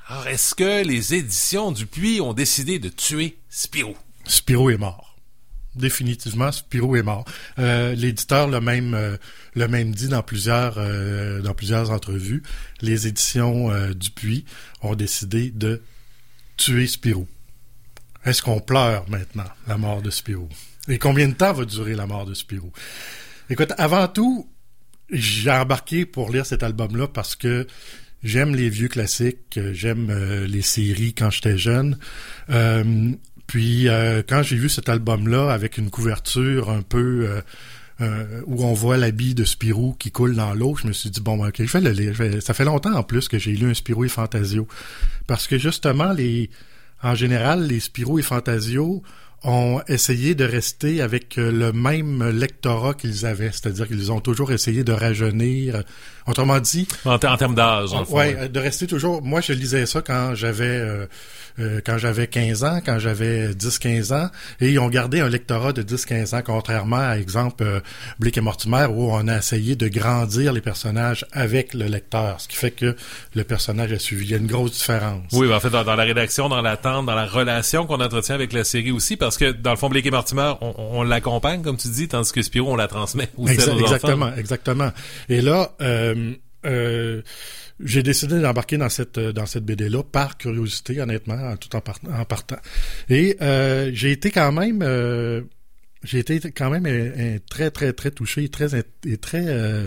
Alors, est-ce que les éditions Dupuis ont décidé de tuer Spirou? Spirou est mort. Définitivement, Spirou est mort. Euh, l'éditeur l'a même euh, l'a même dit dans plusieurs euh, dans plusieurs entrevues. Les éditions euh, Dupuis ont décidé de tuer Spirou. Est-ce qu'on pleure maintenant la mort de Spirou? Et combien de temps va durer la mort de Spirou? Écoute, avant tout, j'ai embarqué pour lire cet album-là parce que j'aime les vieux classiques, j'aime euh, les séries quand j'étais jeune. Euh, puis euh, quand j'ai vu cet album-là avec une couverture un peu euh, euh, où on voit l'habit de Spirou qui coule dans l'eau, je me suis dit bon, ok, je vais le lire. Je vais... Ça fait longtemps en plus que j'ai lu un Spirou et Fantasio parce que justement les, en général, les Spirou et Fantasio ont essayé de rester avec le même lectorat qu'ils avaient, c'est-à-dire qu'ils ont toujours essayé de rajeunir. Autrement dit, en, t- en termes d'âge, en ouais, ouais, de rester toujours. Moi, je lisais ça quand j'avais euh, euh, quand j'avais quinze ans, quand j'avais dix quinze ans, et ils ont gardé un lectorat de dix quinze ans, contrairement à exemple euh, Blake et Mortimer, où on a essayé de grandir les personnages avec le lecteur, ce qui fait que le personnage a suivi. Il y a une grosse différence. Oui, ben en fait, dans, dans la rédaction, dans l'attente, dans la relation qu'on entretient avec la série aussi, parce que dans le fond, Blake et Mortimer, on, on l'accompagne, comme tu dis, tandis que Spirou, on la transmet aussi Exa- à nos exactement, enfants. Exactement. Et là, euh, euh, j'ai décidé d'embarquer dans cette dans cette B D-là par curiosité, honnêtement, tout en, part, en partant. Et euh, j'ai été quand même, euh, j'ai été quand même un, un très très très touché, très et très. Euh,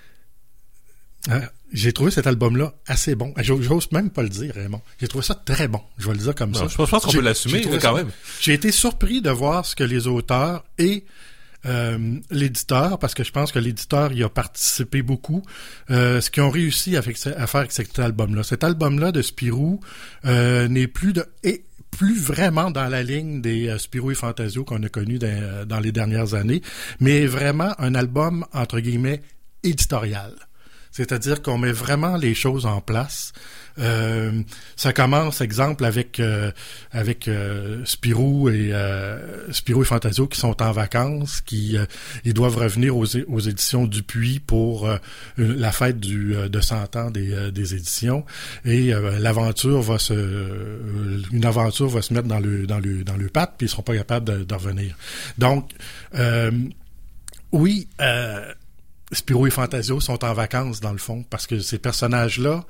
euh, j'ai trouvé cet album-là assez bon. J'ose même pas le dire, Raymond. J'ai trouvé ça très bon. Je vais le dire comme non, ça. Je pense qu'on j'ai, peut l'assumer là, quand ça, même. J'ai été surpris de voir ce que les auteurs et Euh, l'éditeur, parce que je pense que l'éditeur y a participé beaucoup, euh, ce qu'ils ont réussi à, à faire avec cet album-là. Cet album-là de Spirou euh, n'est plus de... Et plus vraiment dans la ligne des euh, Spirou et Fantasio qu'on a connus dans, dans les dernières années, mais vraiment un album, entre guillemets, éditorial. C'est-à-dire qu'on met vraiment les choses en place. Euh, ça commence, exemple, avec euh, avec euh, Spirou et euh, Spirou et Fantasio qui sont en vacances, qui euh, ils doivent revenir aux, aux éditions Dupuis pour euh, la fête du euh, de cent ans des, euh, des éditions, et euh, l'aventure va se euh, une aventure va se mettre dans le dans le dans le patte, puis ils seront pas capables de, de revenir. Donc euh, oui. Euh, Spirou et Fantasio sont en vacances, dans le fond, parce que ces personnages-là,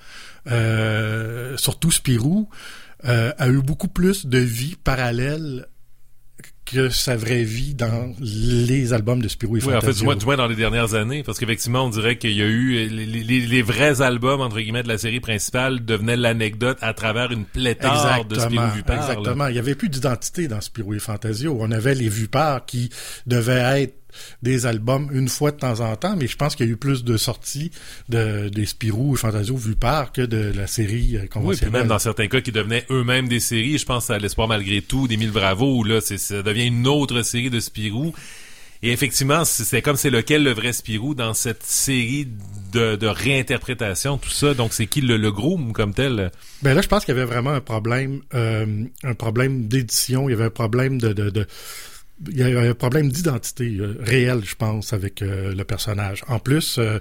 euh, surtout Spirou, euh, a eu beaucoup plus de vie parallèle que sa vraie vie dans les albums de Spirou et oui, Fantasio. En fait, du moins, du moins dans les dernières années, parce qu'effectivement, on dirait qu'il y a eu les, les, les vrais albums, entre guillemets, de la série principale devenaient l'anecdote à travers une pléthore de Spirou Vupar. Exactement. Là. Il n'y avait plus d'identité dans Spirou et Fantasio. On avait les Vupar qui devaient être des albums une fois de temps en temps, mais je pense qu'il y a eu plus de sorties de des Spirou et Fantasio Vupar que de la série conventionnelle. Oui, puis même dans certains cas qui devenaient eux-mêmes des séries. Je pense à L'Espoir malgré tout d'Émile Bravo, où là, c'est, ça devient une autre série de Spirou. Et effectivement, c'est comme c'est lequel le vrai Spirou dans cette série de, de réinterprétation, tout ça. Donc, c'est qui le, le groom comme tel? Ben là, je pense qu'il y avait vraiment un problème, euh, un problème d'édition. Il y avait un problème de, de, de il y a un problème d'identité euh, réel, je pense, avec euh, le personnage. En plus, euh,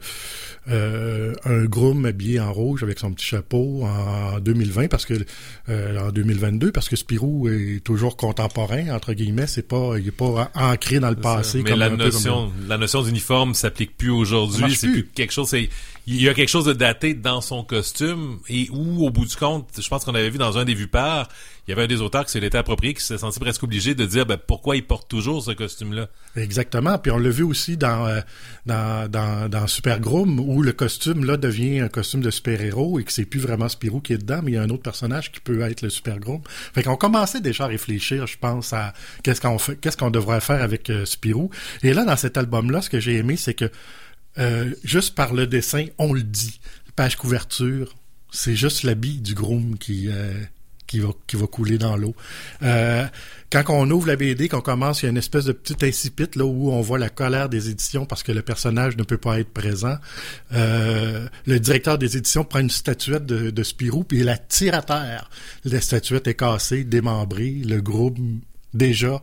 euh, un groom habillé en rouge avec son petit chapeau en deux mille vingt, parce que euh, en deux mille vingt-deux, parce que Spirou est toujours contemporain, entre guillemets, c'est pas, il est pas ancré dans le passé. Mais comme la un notion, peu comme... la notion d'uniforme s'applique plus aujourd'hui. C'est plus. plus quelque chose. C'est, il y a quelque chose de daté dans son costume, et où, au bout du compte, je pense qu'on avait vu dans un des Vupar, il y avait un des auteurs qui s'était approprié, qui s'est senti presque obligé de dire ben, pourquoi il porte toujours ce costume-là. Exactement. Puis on l'a vu aussi dans euh, dans dans, dans Super Groom, où le costume là devient un costume de super-héros et que c'est plus vraiment Spirou qui est dedans, mais il y a un autre personnage qui peut être le Super Groom. Fait qu'on commençait déjà à réfléchir, je pense, à qu'est-ce qu'on fait, qu'est-ce qu'on devrait faire avec euh, Spirou. Et là, dans cet album-là, ce que j'ai aimé, c'est que euh, juste par le dessin, on le dit. Page couverture, c'est juste l'habit du groom qui euh, qui va qui va couler dans l'eau. Euh, quand on ouvre la B D, qu'on commence, il y a une espèce de petit incipit là où on voit la colère des éditions parce que le personnage ne peut pas être présent. Euh, le directeur des éditions prend une statuette de, de Spirou puis il la tire à terre. La statuette est cassée, démembrée. Le groupe déjà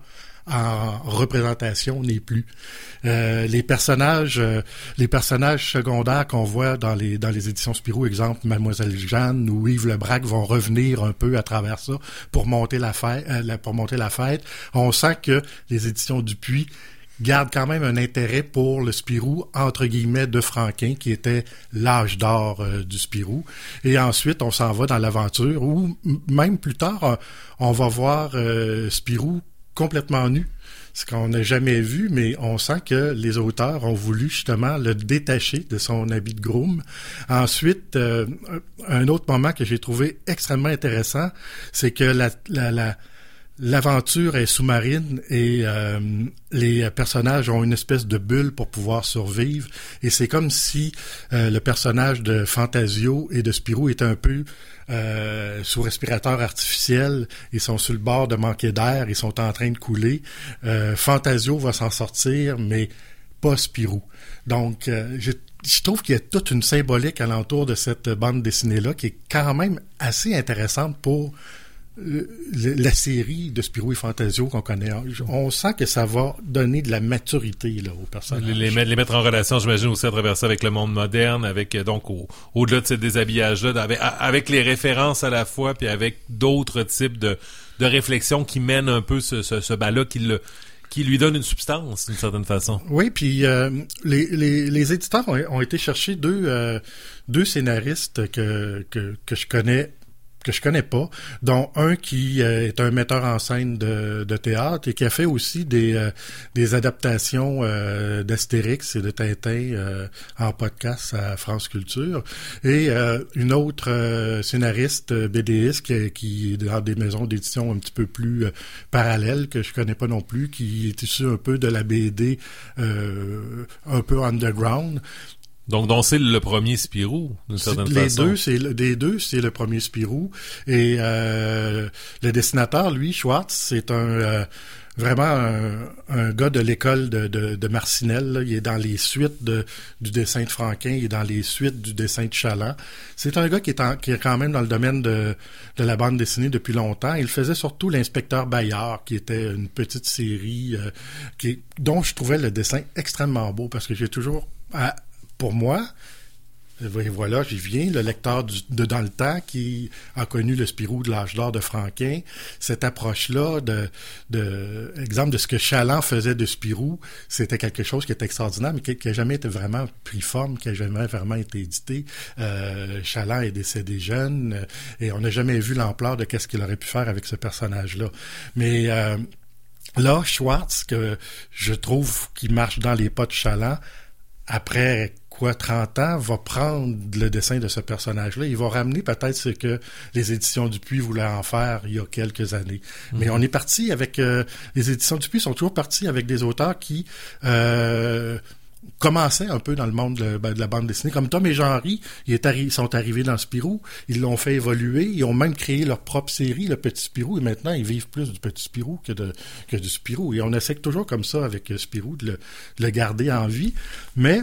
en représentation n'est plus. Euh, les personnages, euh, les personnages secondaires qu'on voit dans les dans les éditions Spirou, exemple Mademoiselle Jeanne ou Yves Lebrac, vont revenir un peu à travers ça pour monter la fête. Euh, pour monter la fête. On sent que les éditions Dupuis garde quand même un intérêt pour le Spirou, entre guillemets, de Franquin, qui était l'âge d'or euh, du Spirou. Et ensuite, on s'en va dans l'aventure, où m- même plus tard, euh, on va voir euh, Spirou complètement nu. Ce qu'on n'a jamais vu, mais on sent que les auteurs ont voulu justement le détacher de son habit de groom. Ensuite, euh, un autre moment que j'ai trouvé extrêmement intéressant, c'est que la... la, la L'aventure est sous-marine et euh, les personnages ont une espèce de bulle pour pouvoir survivre. Et c'est comme si euh, le personnage de Fantasio et de Spirou était un peu euh, sous respirateur artificiel. Ils sont sur le bord de manquer d'air, ils sont en train de couler. Euh, Fantasio va s'en sortir, mais pas Spirou. Donc, euh, je, je trouve qu'il y a toute une symbolique alentour de cette bande dessinée-là qui est quand même assez intéressante pour... Le, la série de Spirou et Fantasio qu'on connaît. On sent que ça va donner de la maturité là, aux personnages. Les, les, les mettre en relation, j'imagine, aussi à travers ça avec le monde moderne, avec donc au, au-delà de ce déshabillage-là, avec, avec les références à la fois, puis avec d'autres types de, de réflexions qui mènent un peu ce, ce, ce bas-là, qui le qui lui donne une substance, d'une certaine façon. Oui, puis euh, les, les, les éditeurs ont, ont été chercher deux, euh, deux scénaristes que, que, que je connais que je connais pas, dont un qui euh, est un metteur en scène de, de théâtre et qui a fait aussi des, euh, des adaptations euh, d'Astérix et de Tintin euh, en podcast à France Culture, et euh, une autre euh, scénariste BDiste qui, qui est dans des maisons d'édition un petit peu plus euh, parallèles, que je connais pas non plus, qui est issu un peu de la B D euh, un peu underground. Donc, donc c'est le premier Spirou, d'une certaine les façon. Deux, c'est le, des deux, c'est le premier Spirou. Et euh, le dessinateur, lui, Schwartz, c'est un euh, vraiment un, un gars de l'école de, de, de Marcinelle. Là. Il est dans les suites de, du dessin de Franquin, il est dans les suites du dessin de Chaland. C'est un gars qui est, en, qui est quand même dans le domaine de, de la bande dessinée depuis longtemps. Il faisait surtout l'Inspecteur Bayard, qui était une petite série euh, qui, dont je trouvais le dessin extrêmement beau, parce que j'ai toujours... À, Pour moi, voilà, j'y viens, le lecteur du, de Dans le temps qui a connu le Spirou de l'âge d'or de Franquin, cette approche-là de, de exemple de ce que Chaland faisait de Spirou, c'était quelque chose qui était extraordinaire, mais qui n'a jamais été vraiment pris forme, qui n'a jamais vraiment été édité. Euh, Chaland est décédé jeune, euh, et on n'a jamais vu l'ampleur de qu'est-ce qu'il aurait pu faire avec ce personnage-là. Mais euh, là, Schwartz, que je trouve qui marche dans les pas de Chaland, après quoi, trente ans, va prendre le dessin de ce personnage-là. Il va ramener peut-être ce que les éditions Dupuis voulaient en faire il y a quelques années. Mm-hmm. Mais on est parti avec... Euh, les éditions Dupuis sont toujours partis avec des auteurs qui... Euh, commençaient un peu dans le monde de, de la bande dessinée. Comme Tom et Jean-Ry, ils est arri- sont arrivés dans Spirou, ils l'ont fait évoluer, ils ont même créé leur propre série, le Petit Spirou, et maintenant ils vivent plus du Petit Spirou que, de, que du Spirou. Et on essaie toujours comme ça avec Spirou de le, de le garder en vie. Mais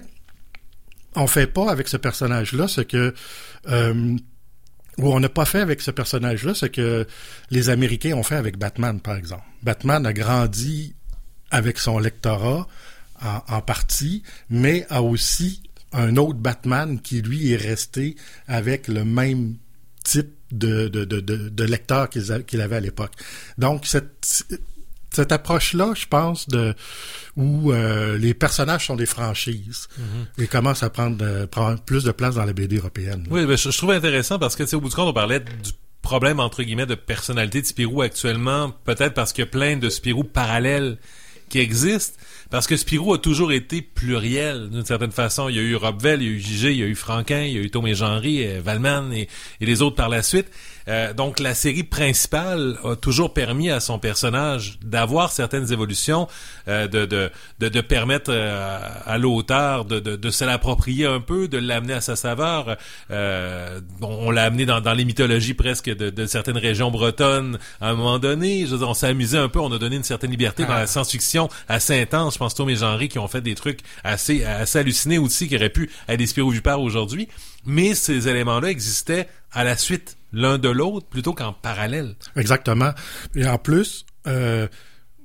on fait pas avec ce personnage-là ce que... Euh, ou on n'a pas fait avec ce personnage-là ce que les Américains ont fait avec Batman, par exemple. Batman a grandi avec son lectorat, En, en partie, mais a aussi un autre Batman qui, lui, est resté avec le même type de, de, de, de, de lecteur qu'il, a, qu'il avait à l'époque. Donc, cette, cette approche-là, je pense, de où euh, les personnages sont des franchises mm-hmm. et commencent à prendre, euh, prendre plus de place dans la B D européenne. Là. Oui, ben, je, je trouve intéressant parce que, tu sais, au bout du compte, on parlait du problème, entre guillemets, de personnalité de Spirou actuellement, peut-être parce qu'il y a plein de Spirou parallèles qui existent, parce que Spirou a toujours été pluriel, d'une certaine façon. Il y a eu Robvel, il y a eu J G, il y a eu Franquin, il y a eu Tom et Jean-Ry, Valman et, et les autres par la suite. Euh, donc la série principale a toujours permis à son personnage d'avoir certaines évolutions, euh, de, de, de, de permettre euh, à l'auteur de, de, de se l'approprier un peu, de l'amener à sa saveur. Euh, on l'a amené dans, dans les mythologies presque de, de certaines régions bretonnes à un moment donné. Je veux dire, on s'est amusé un peu, on a donné une certaine liberté ah. dans la science-fiction assez intense. Je pense Tom et Jean-Ry qui ont fait des trucs assez, assez hallucinés aussi, qui auraient pu être des Spirou vipares aujourd'hui. Mais ces éléments-là existaient à la suite, l'un de l'autre, plutôt qu'en parallèle. Exactement. Et en plus, euh,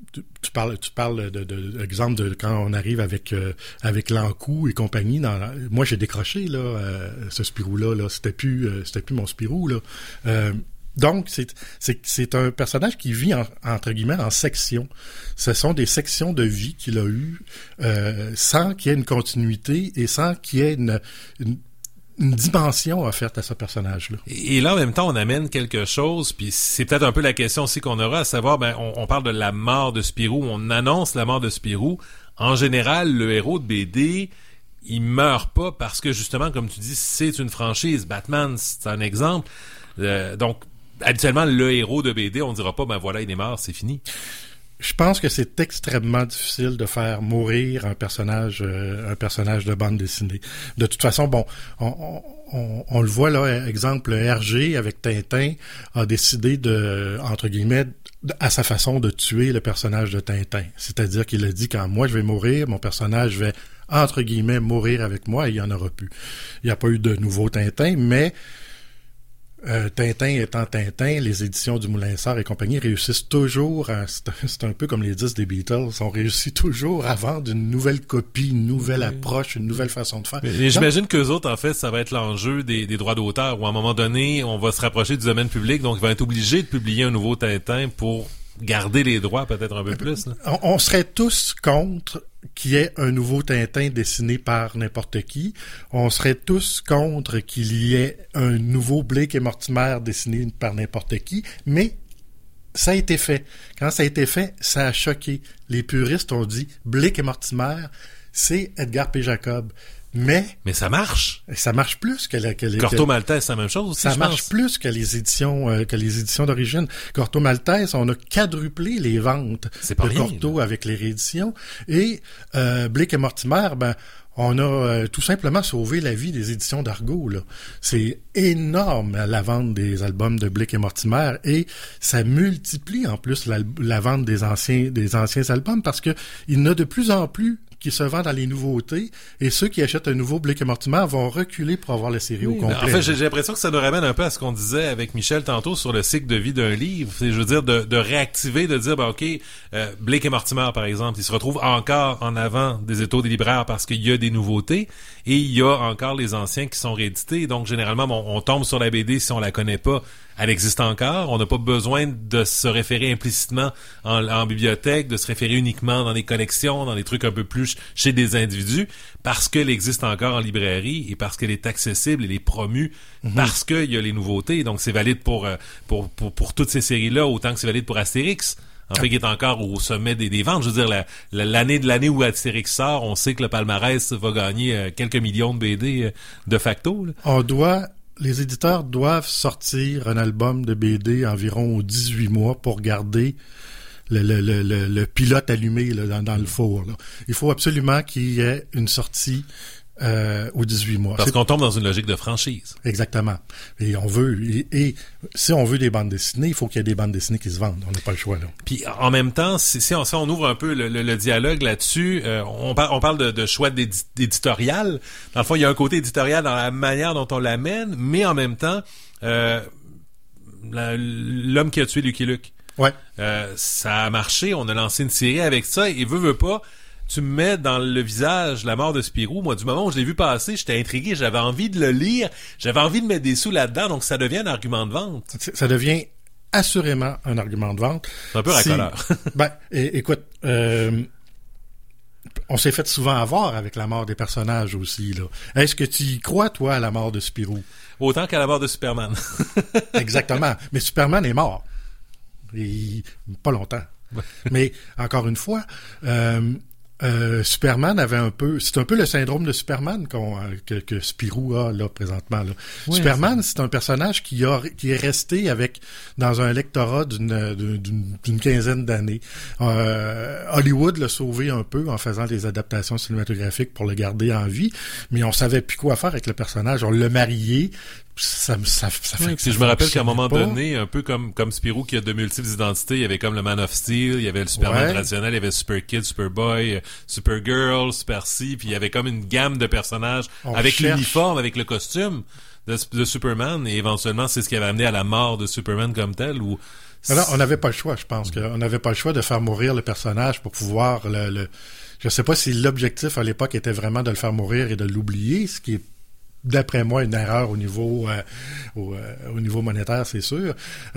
tu, tu parles, tu parles de, de, de exemple de quand on arrive avec euh, avec l'Ankou et compagnie. Dans la, moi, j'ai décroché là, euh, ce Spirou-là. Là, c'était plus, euh, c'était plus mon Spirou là. Euh, Donc, c'est, c'est, c'est un personnage qui vit, en, entre guillemets, en sections. Ce sont des sections de vie qu'il a eues euh, sans qu'il y ait une continuité et sans qu'il y ait une, une, une dimension offerte à ce personnage-là. Et là, en même temps, on amène quelque chose, puis c'est peut-être un peu la question aussi qu'on aura, à savoir, ben, on, on parle de la mort de Spirou, on annonce la mort de Spirou. En général, le héros de B D, il meurt pas parce que, justement, comme tu dis, c'est une franchise. Batman, c'est un exemple. Euh, donc, habituellement, le héros de B D, on dira pas, ben voilà, il est mort, c'est fini. Je pense que c'est extrêmement difficile de faire mourir un personnage, euh, un personnage de bande dessinée. De toute façon, bon, on, on, on le voit là, exemple, Hergé avec Tintin a décidé de, entre guillemets, à sa façon de tuer le personnage de Tintin. C'est-à-dire qu'il a dit, quand moi je vais mourir, mon personnage va, entre guillemets, mourir avec moi et il n'y en aura plus. Il n'y a pas eu de nouveau Tintin, mais Euh, Tintin étant Tintin, les éditions du Moulin-Sart et compagnie réussissent toujours, à, c'est, un, c'est un peu comme les disques des Beatles, on réussit toujours à vendre une nouvelle copie, une nouvelle oui. approche, une nouvelle façon de faire. Mais, mais j'imagine qu'eux autres, en fait, ça va être l'enjeu des, des droits d'auteur, où à un moment donné, on va se rapprocher du domaine public, donc ils vont être obligés de publier un nouveau Tintin pour garder les droits peut-être un peu plus. Là. On, on serait tous contre qu'il y ait un nouveau Tintin dessiné par n'importe qui. On serait tous contre qu'il y ait un nouveau Blake et Mortimer dessiné par n'importe qui, mais ça a été fait. Quand ça a été fait, ça a choqué. Les puristes ont dit « Blake et Mortimer, c'est Edgar P. Jacob ». Mais mais ça marche. Ça marche plus que, la, que les Corto Maltese, c'est la même chose aussi. Ça je marche pense. plus que les éditions euh, que les éditions d'origine. Corto Maltese, on a quadruplé les ventes c'est pas de rien, Corto là. Avec les rééditions et euh, Blake et Mortimer, ben on a euh, tout simplement sauvé la vie des éditions d'Argo là. C'est énorme la vente des albums de Blake et Mortimer et ça multiplie en plus la, la vente des anciens des anciens albums parce que il y en a de plus en plus qui se vend dans les nouveautés, et ceux qui achètent un nouveau Blake et Mortimer vont reculer pour avoir la série oui, au complet. En fait, j'ai, j'ai l'impression que ça nous ramène un peu à ce qu'on disait avec Michel tantôt sur le cycle de vie d'un livre. C'est, je veux dire, de, de réactiver, de dire, ben ok, euh, Blake et Mortimer, par exemple, ils se retrouvent encore en avant des étaux des libraires parce qu'il y a des nouveautés, et il y a encore les anciens qui sont réédités. Donc, généralement, on, on tombe sur la B D si on la connaît pas. Elle existe encore. On n'a pas besoin de se référer implicitement en, en bibliothèque, de se référer uniquement dans des collections, dans des trucs un peu plus chez des individus, parce qu'elle existe encore en librairie et parce qu'elle est accessible, elle est promue, mm-hmm. parce qu'il y a les nouveautés. Donc, c'est valide pour, pour, pour, pour toutes ces séries-là, autant que c'est valide pour Astérix. En fait, qui est encore au sommet des, des ventes. Je veux dire, la, la, l'année de l'année où Astérix sort, on sait que le palmarès va gagner euh, quelques millions de B D euh, de facto. Là. On doit... Les éditeurs doivent sortir un album de B D environ dix-huit mois pour garder le, le, le, le, le pilote allumé là, dans, dans le four. Là. Il faut absolument qu'il y ait une sortie euh, aux dix-huit mois. Parce C'est... qu'on tombe dans une logique de franchise. Exactement. Et on veut et, et si on veut des bandes dessinées, il faut qu'il y ait des bandes dessinées qui se vendent. On n'a pas le choix là. Puis en même temps, si, si, on, si on ouvre un peu le, le, le dialogue là-dessus, euh, on, par, on parle de, de choix d'édi- d'éditorial. Dans le fond, il y a un côté éditorial dans la manière dont on l'amène, mais en même temps, euh, la, l'homme qui a tué Lucky Luke. Ouais. Euh, ça a marché. On a lancé une série avec ça et veut veut pas. Tu me mets dans le visage la mort de Spirou. Moi, du moment où je l'ai vu passer, j'étais intrigué, j'avais envie de le lire, j'avais envie de mettre des sous là-dedans, donc ça devient un argument de vente. Ça devient assurément un argument de vente. C'est un peu racoleur. ben, é- écoute, euh, on s'est fait souvent avoir avec la mort des personnages aussi, là. Est-ce que tu y crois, toi, à la mort de Spirou? Autant qu'à la mort de Superman. Exactement. Mais Superman est mort. Et pas longtemps. Mais, encore une fois, euh, Euh, Superman avait un peu, c'est un peu le syndrome de Superman qu'on, que, que Spirou a là présentement. Là. Oui, Superman, c'est... c'est un personnage qui a, qui est resté avec dans un lectorat d'une, d'une, d'une quinzaine d'années. Euh, Hollywood l'a sauvé un peu en faisant des adaptations cinématographiques pour le garder en vie, mais on savait plus quoi faire avec le personnage. On l'a marié. Ça, ça, ça fait oui, que ça je me rappelle qu'à un moment pas. donné, un peu comme comme Spirou qui a de multiples identités, il y avait comme le Man of Steel, il y avait le Superman ouais. traditionnel, il y avait Super Kid, Superboy, Supergirl, Super C, puis il y avait comme une gamme de personnages On avec cherche. l'uniforme, avec le costume de, de Superman, et éventuellement c'est ce qui avait amené à la mort de Superman comme tel, où Alors, on n'avait pas le choix, je pense. qu'on n'avait pas le choix de faire mourir le personnage pour pouvoir le... le... Je sais pas si l'objectif à l'époque était vraiment de le faire mourir et de l'oublier, ce qui est d'après moi, une erreur au niveau euh, au, euh, au niveau monétaire, c'est sûr.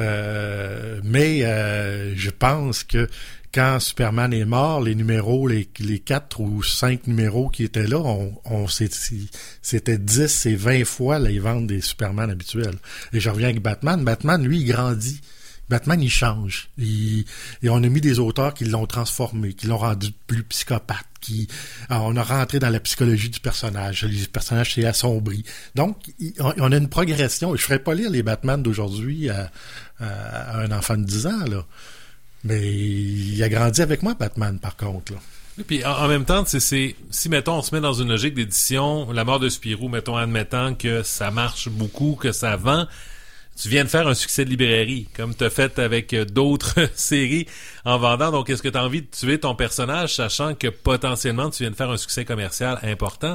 Euh, mais euh, je pense que quand Superman est mort, les numéros, les, les quatre ou cinq numéros qui étaient là, on, on c'était dix et vingt fois les ventes des Superman habituels. Et je reviens avec Batman. Batman, lui, il grandit. Batman, il change. Il, et on a mis des auteurs qui l'ont transformé, qui l'ont rendu plus psychopathe. Qui, alors on a rentré dans la psychologie du personnage. Le personnage s'est assombri. Donc, il, on, on a une progression. Je ne ferais pas lire les Batman d'aujourd'hui à, à, à un enfant de dix ans, là. Mais il a grandi avec moi, Batman, par contre, là. Et puis en, en même temps, c'est, c'est si mettons on se met dans une logique d'édition, La mort de Spirou, mettons admettant que ça marche beaucoup, que ça vend, tu viens de faire un succès de librairie, comme tu as fait avec d'autres séries en vendant. Donc, est-ce que tu as envie de tuer ton personnage, sachant que potentiellement tu viens de faire un succès commercial important?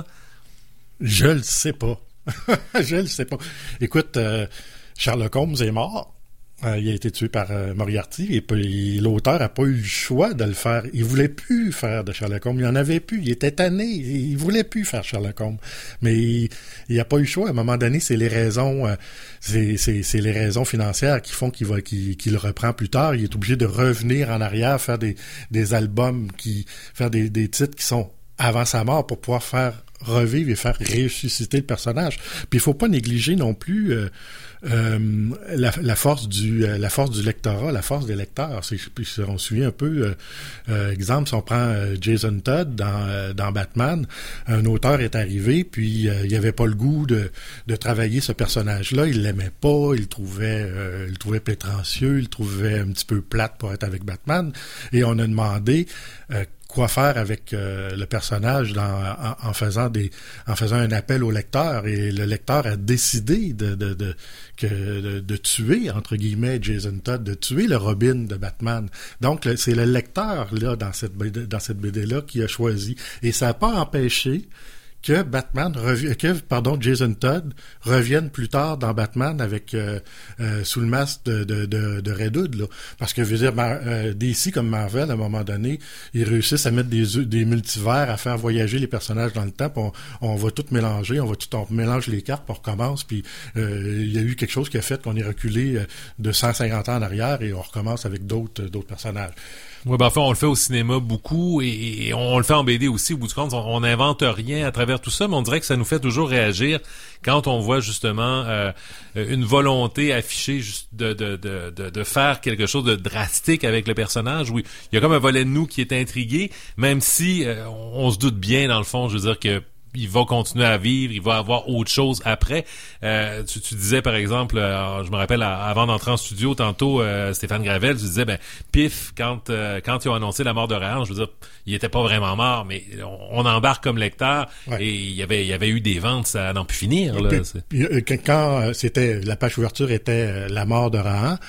Je le sais pas. Je le sais pas. Écoute, euh, Sherlock Holmes est mort. Euh, il a été tué par euh, Moriarty et puis l'auteur a pas eu le choix de le faire. Il voulait plus faire de Sherlock Holmes. Il en avait plus. Il était tanné. Il voulait plus faire Sherlock Holmes. Mais il, il a pas eu le choix. À un moment donné, c'est les raisons, euh, c'est, c'est, c'est les raisons financières qui font qu'il va, qu'il, qu'il le reprend plus tard. Il est obligé de revenir en arrière, faire des, des albums, qui, faire des, des titres qui sont avant sa mort pour pouvoir faire revivre et faire ressusciter le personnage. Puis il faut pas négliger non plus euh, euh, la, la force du euh, la force du lectorat, la force des lecteurs. C'est, puis on se souvient un peu, euh, euh, exemple, si on prend euh, Jason Todd dans euh, dans Batman, un auteur est arrivé, puis euh, il avait pas le goût de de travailler ce personnage-là, il l'aimait pas, il le trouvait euh, il le trouvait prétentieux, il le trouvait un petit peu plate pour être avec Batman, et on a demandé euh, quoi faire avec euh, le personnage dans, en, en faisant des en faisant un appel au lecteur, et le lecteur a décidé de de de, que, de, de tuer entre guillemets Jason Todd, de tuer le Robin de Batman. Donc le, c'est le lecteur là dans cette B D, dans cette B D là qui a choisi, et ça n'a pas empêché que Batman revi- que pardon Jason Todd revienne plus tard dans Batman avec euh, euh, sous le masque de de de, de Red Hood, là, parce que je veux dire Mar- euh, D C comme Marvel à un moment donné, ils réussissent à mettre des des multivers, à faire voyager les personnages dans le temps, puis on, on va tout mélanger, on va tout on mélange les cartes, puis on recommence, puis euh, il y a eu quelque chose qui a fait qu'on est reculé de cent cinquante ans en arrière et on recommence avec d'autres d'autres personnages. Oui, ben enfin, on le fait au cinéma beaucoup et, et on le fait en B D aussi. Au bout du compte, on n'invente rien à travers tout ça, mais on dirait que ça nous fait toujours réagir quand on voit justement euh, une volonté affichée juste de, de, de, de, de faire quelque chose de drastique avec le personnage. Oui, il y a comme un volet de nous qui est intrigué, même si euh, on se doute bien, dans le fond, je veux dire que il va continuer à vivre, il va avoir autre chose après. Euh, tu, tu disais, par exemple, euh, je me rappelle, à, avant d'entrer en studio, tantôt, euh, Stéphane Gravel, tu disais, ben, pif, quand euh, quand ils ont annoncé la mort de Rahan, je veux dire, il était pas vraiment mort, mais on, on embarque comme lecteur, ouais. Et il y avait il y avait eu des ventes, ça n'en plus finir. Là, puis, quand c'était la page ouverture était la mort de Rahan,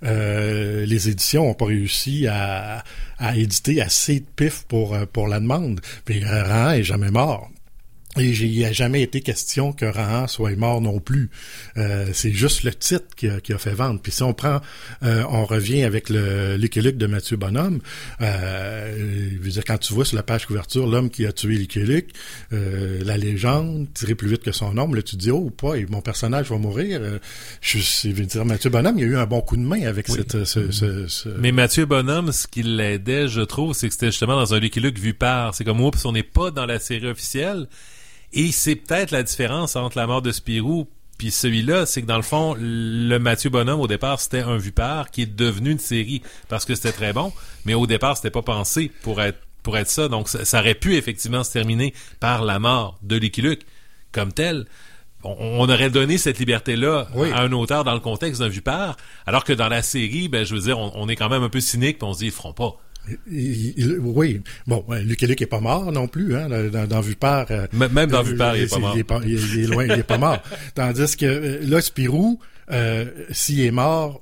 euh, les éditions ont pas réussi à, à éditer assez de pif pour pour la demande. Puis Rahan est jamais mort. Et il n'y a jamais été question que Rahan soit mort non plus. Euh, c'est juste le titre qui a, qui a fait vendre. Puis si on prend, euh, on revient avec le Lucky Luke de Mathieu Bonhomme. Euh, je veux dire, quand tu vois sur la page couverture l'homme qui a tué Lucky Luke, euh, la légende, tirer plus vite que son ombre, là tu te dis oh pas, mon personnage va mourir. Euh, je, je veux dire, Mathieu Bonhomme, il a eu un bon coup de main avec oui. cette. Ce, ce, ce... Mais Mathieu Bonhomme, ce qui l'aidait, je trouve, c'est que c'était justement dans un Lucky Luke vu par. C'est comme oups, on n'est pas dans la série officielle. Et c'est peut-être la différence entre La mort de Spirou puis celui-là, c'est que dans le fond, le Mathieu Bonhomme, au départ, c'était un vu par qui est devenu une série parce que c'était très bon, mais au départ, c'était pas pensé pour être pour être ça. Donc, ça, ça aurait pu effectivement se terminer par la mort de Lucky Luke comme tel. On, on aurait donné cette liberté-là oui. à un auteur dans le contexte d'un vu par, alors que dans la série, ben je veux dire, on, on est quand même un peu cynique, puis on se dit, ils le feront pas. Il, il, oui, bon, Lucky Luke est pas mort non plus, hein, dans, dans Vue-Par. Euh, Même dans Vue-Par, il est pas mort. Il est, pas, il est, il est loin, il est pas mort. Tandis que là, Spirou, euh, s'il est mort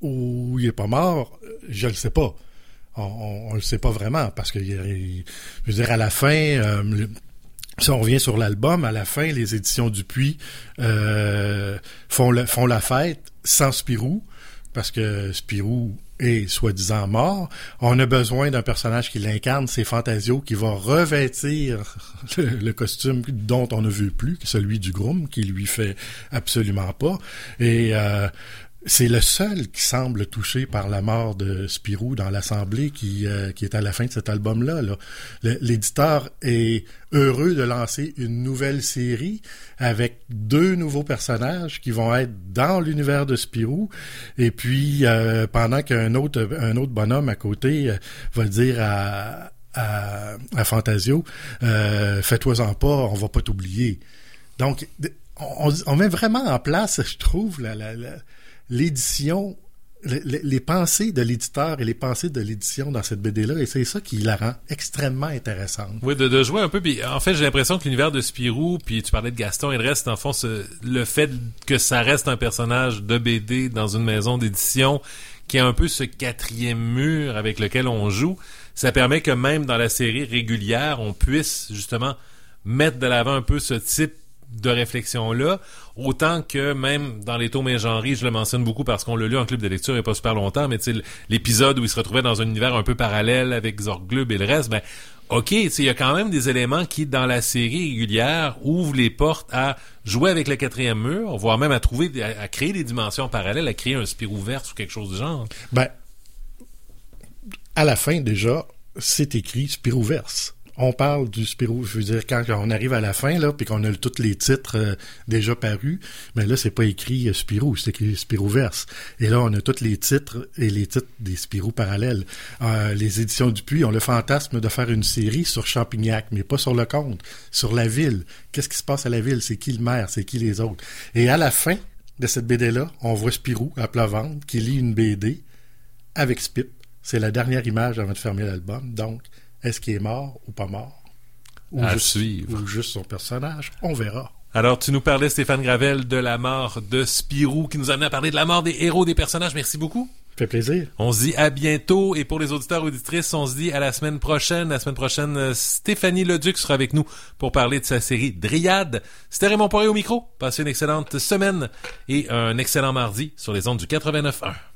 ou il est pas mort, je le sais pas. On, on, on le sait pas vraiment parce que, il, je veux dire, à la fin, euh, le, si on revient sur l'album, à la fin, les éditions Dupuis euh, font, le, font la fête sans Spirou parce que Spirou est soi-disant mort. On a besoin d'un personnage qui l'incarne, c'est Fantasio, qui va revêtir le, le costume dont on ne veut plus, celui du groom, qui lui fait absolument pas. Et euh, c'est le seul qui semble touché par la mort de Spirou dans l'Assemblée qui euh, qui est à la fin de cet album-là. Là. Le, l'éditeur est heureux de lancer une nouvelle série avec deux nouveaux personnages qui vont être dans l'univers de Spirou. Et puis, euh, pendant qu'un autre un autre bonhomme à côté euh, va dire à à, à Fantasio, euh, fais-toi-en pas, on va pas t'oublier. Donc, on, on met vraiment en place, je trouve, la, la, la l'édition, les, les pensées de l'éditeur et les pensées de l'édition dans cette B D-là, et c'est ça qui la rend extrêmement intéressante. Oui, de, de jouer un peu, puis en fait, j'ai l'impression que l'univers de Spirou, puis tu parlais de Gaston et le reste, en fond, ce, le fait que ça reste un personnage de B D dans une maison d'édition qui a un peu ce quatrième mur avec lequel on joue, ça permet que même dans la série régulière, on puisse justement mettre de l'avant un peu ce type de réflexion-là, autant que même dans les tomes ingenrés, je le mentionne beaucoup parce qu'on l'a lu en club de lecture il n'y a pas super longtemps, mais tu sais, l'épisode où il se retrouvait dans un univers un peu parallèle avec Zorglub et le reste, ben, ok, tu sais, il y a quand même des éléments qui, dans la série régulière, ouvrent les portes à jouer avec le quatrième mur, voire même à trouver, à, à créer des dimensions parallèles, à créer un Spirouverse ou quelque chose du genre. Ben, à la fin, déjà, c'est écrit Spirouverse. On parle du Spirou, je veux dire, quand on arrive à la fin, là, puis qu'on a tous les titres euh, déjà parus, mais là, c'est pas écrit euh, Spirou, c'est écrit Spirouverse. Et là, on a tous les titres et les titres des Spirou parallèles. Euh, les éditions Dupuis ont le fantasme de faire une série sur Champignac, mais pas sur le conte, sur la ville. Qu'est-ce qui se passe à la ville? C'est qui le maire? C'est qui les autres? Et à la fin de cette B D-là, on voit Spirou à plat ventre qui lit une B D avec Spip. C'est la dernière image avant de fermer l'album, donc est-ce qu'il est mort ou pas mort? Ou à juste, suivre. Ou juste son personnage? On verra. Alors, tu nous parlais, Stéphane Gravel, de la mort de Spirou, qui nous a amené à parler de la mort des héros, des personnages. Merci beaucoup. Ça fait plaisir. On se dit à bientôt. Et pour les auditeurs et auditrices, on se dit à la semaine prochaine. La semaine prochaine, Stéphanie Leduc sera avec nous pour parler de sa série Dryade. C'était Raymond Poirier au micro. Passez une excellente semaine et un excellent mardi sur les ondes du quatre-vingt-neuf point un.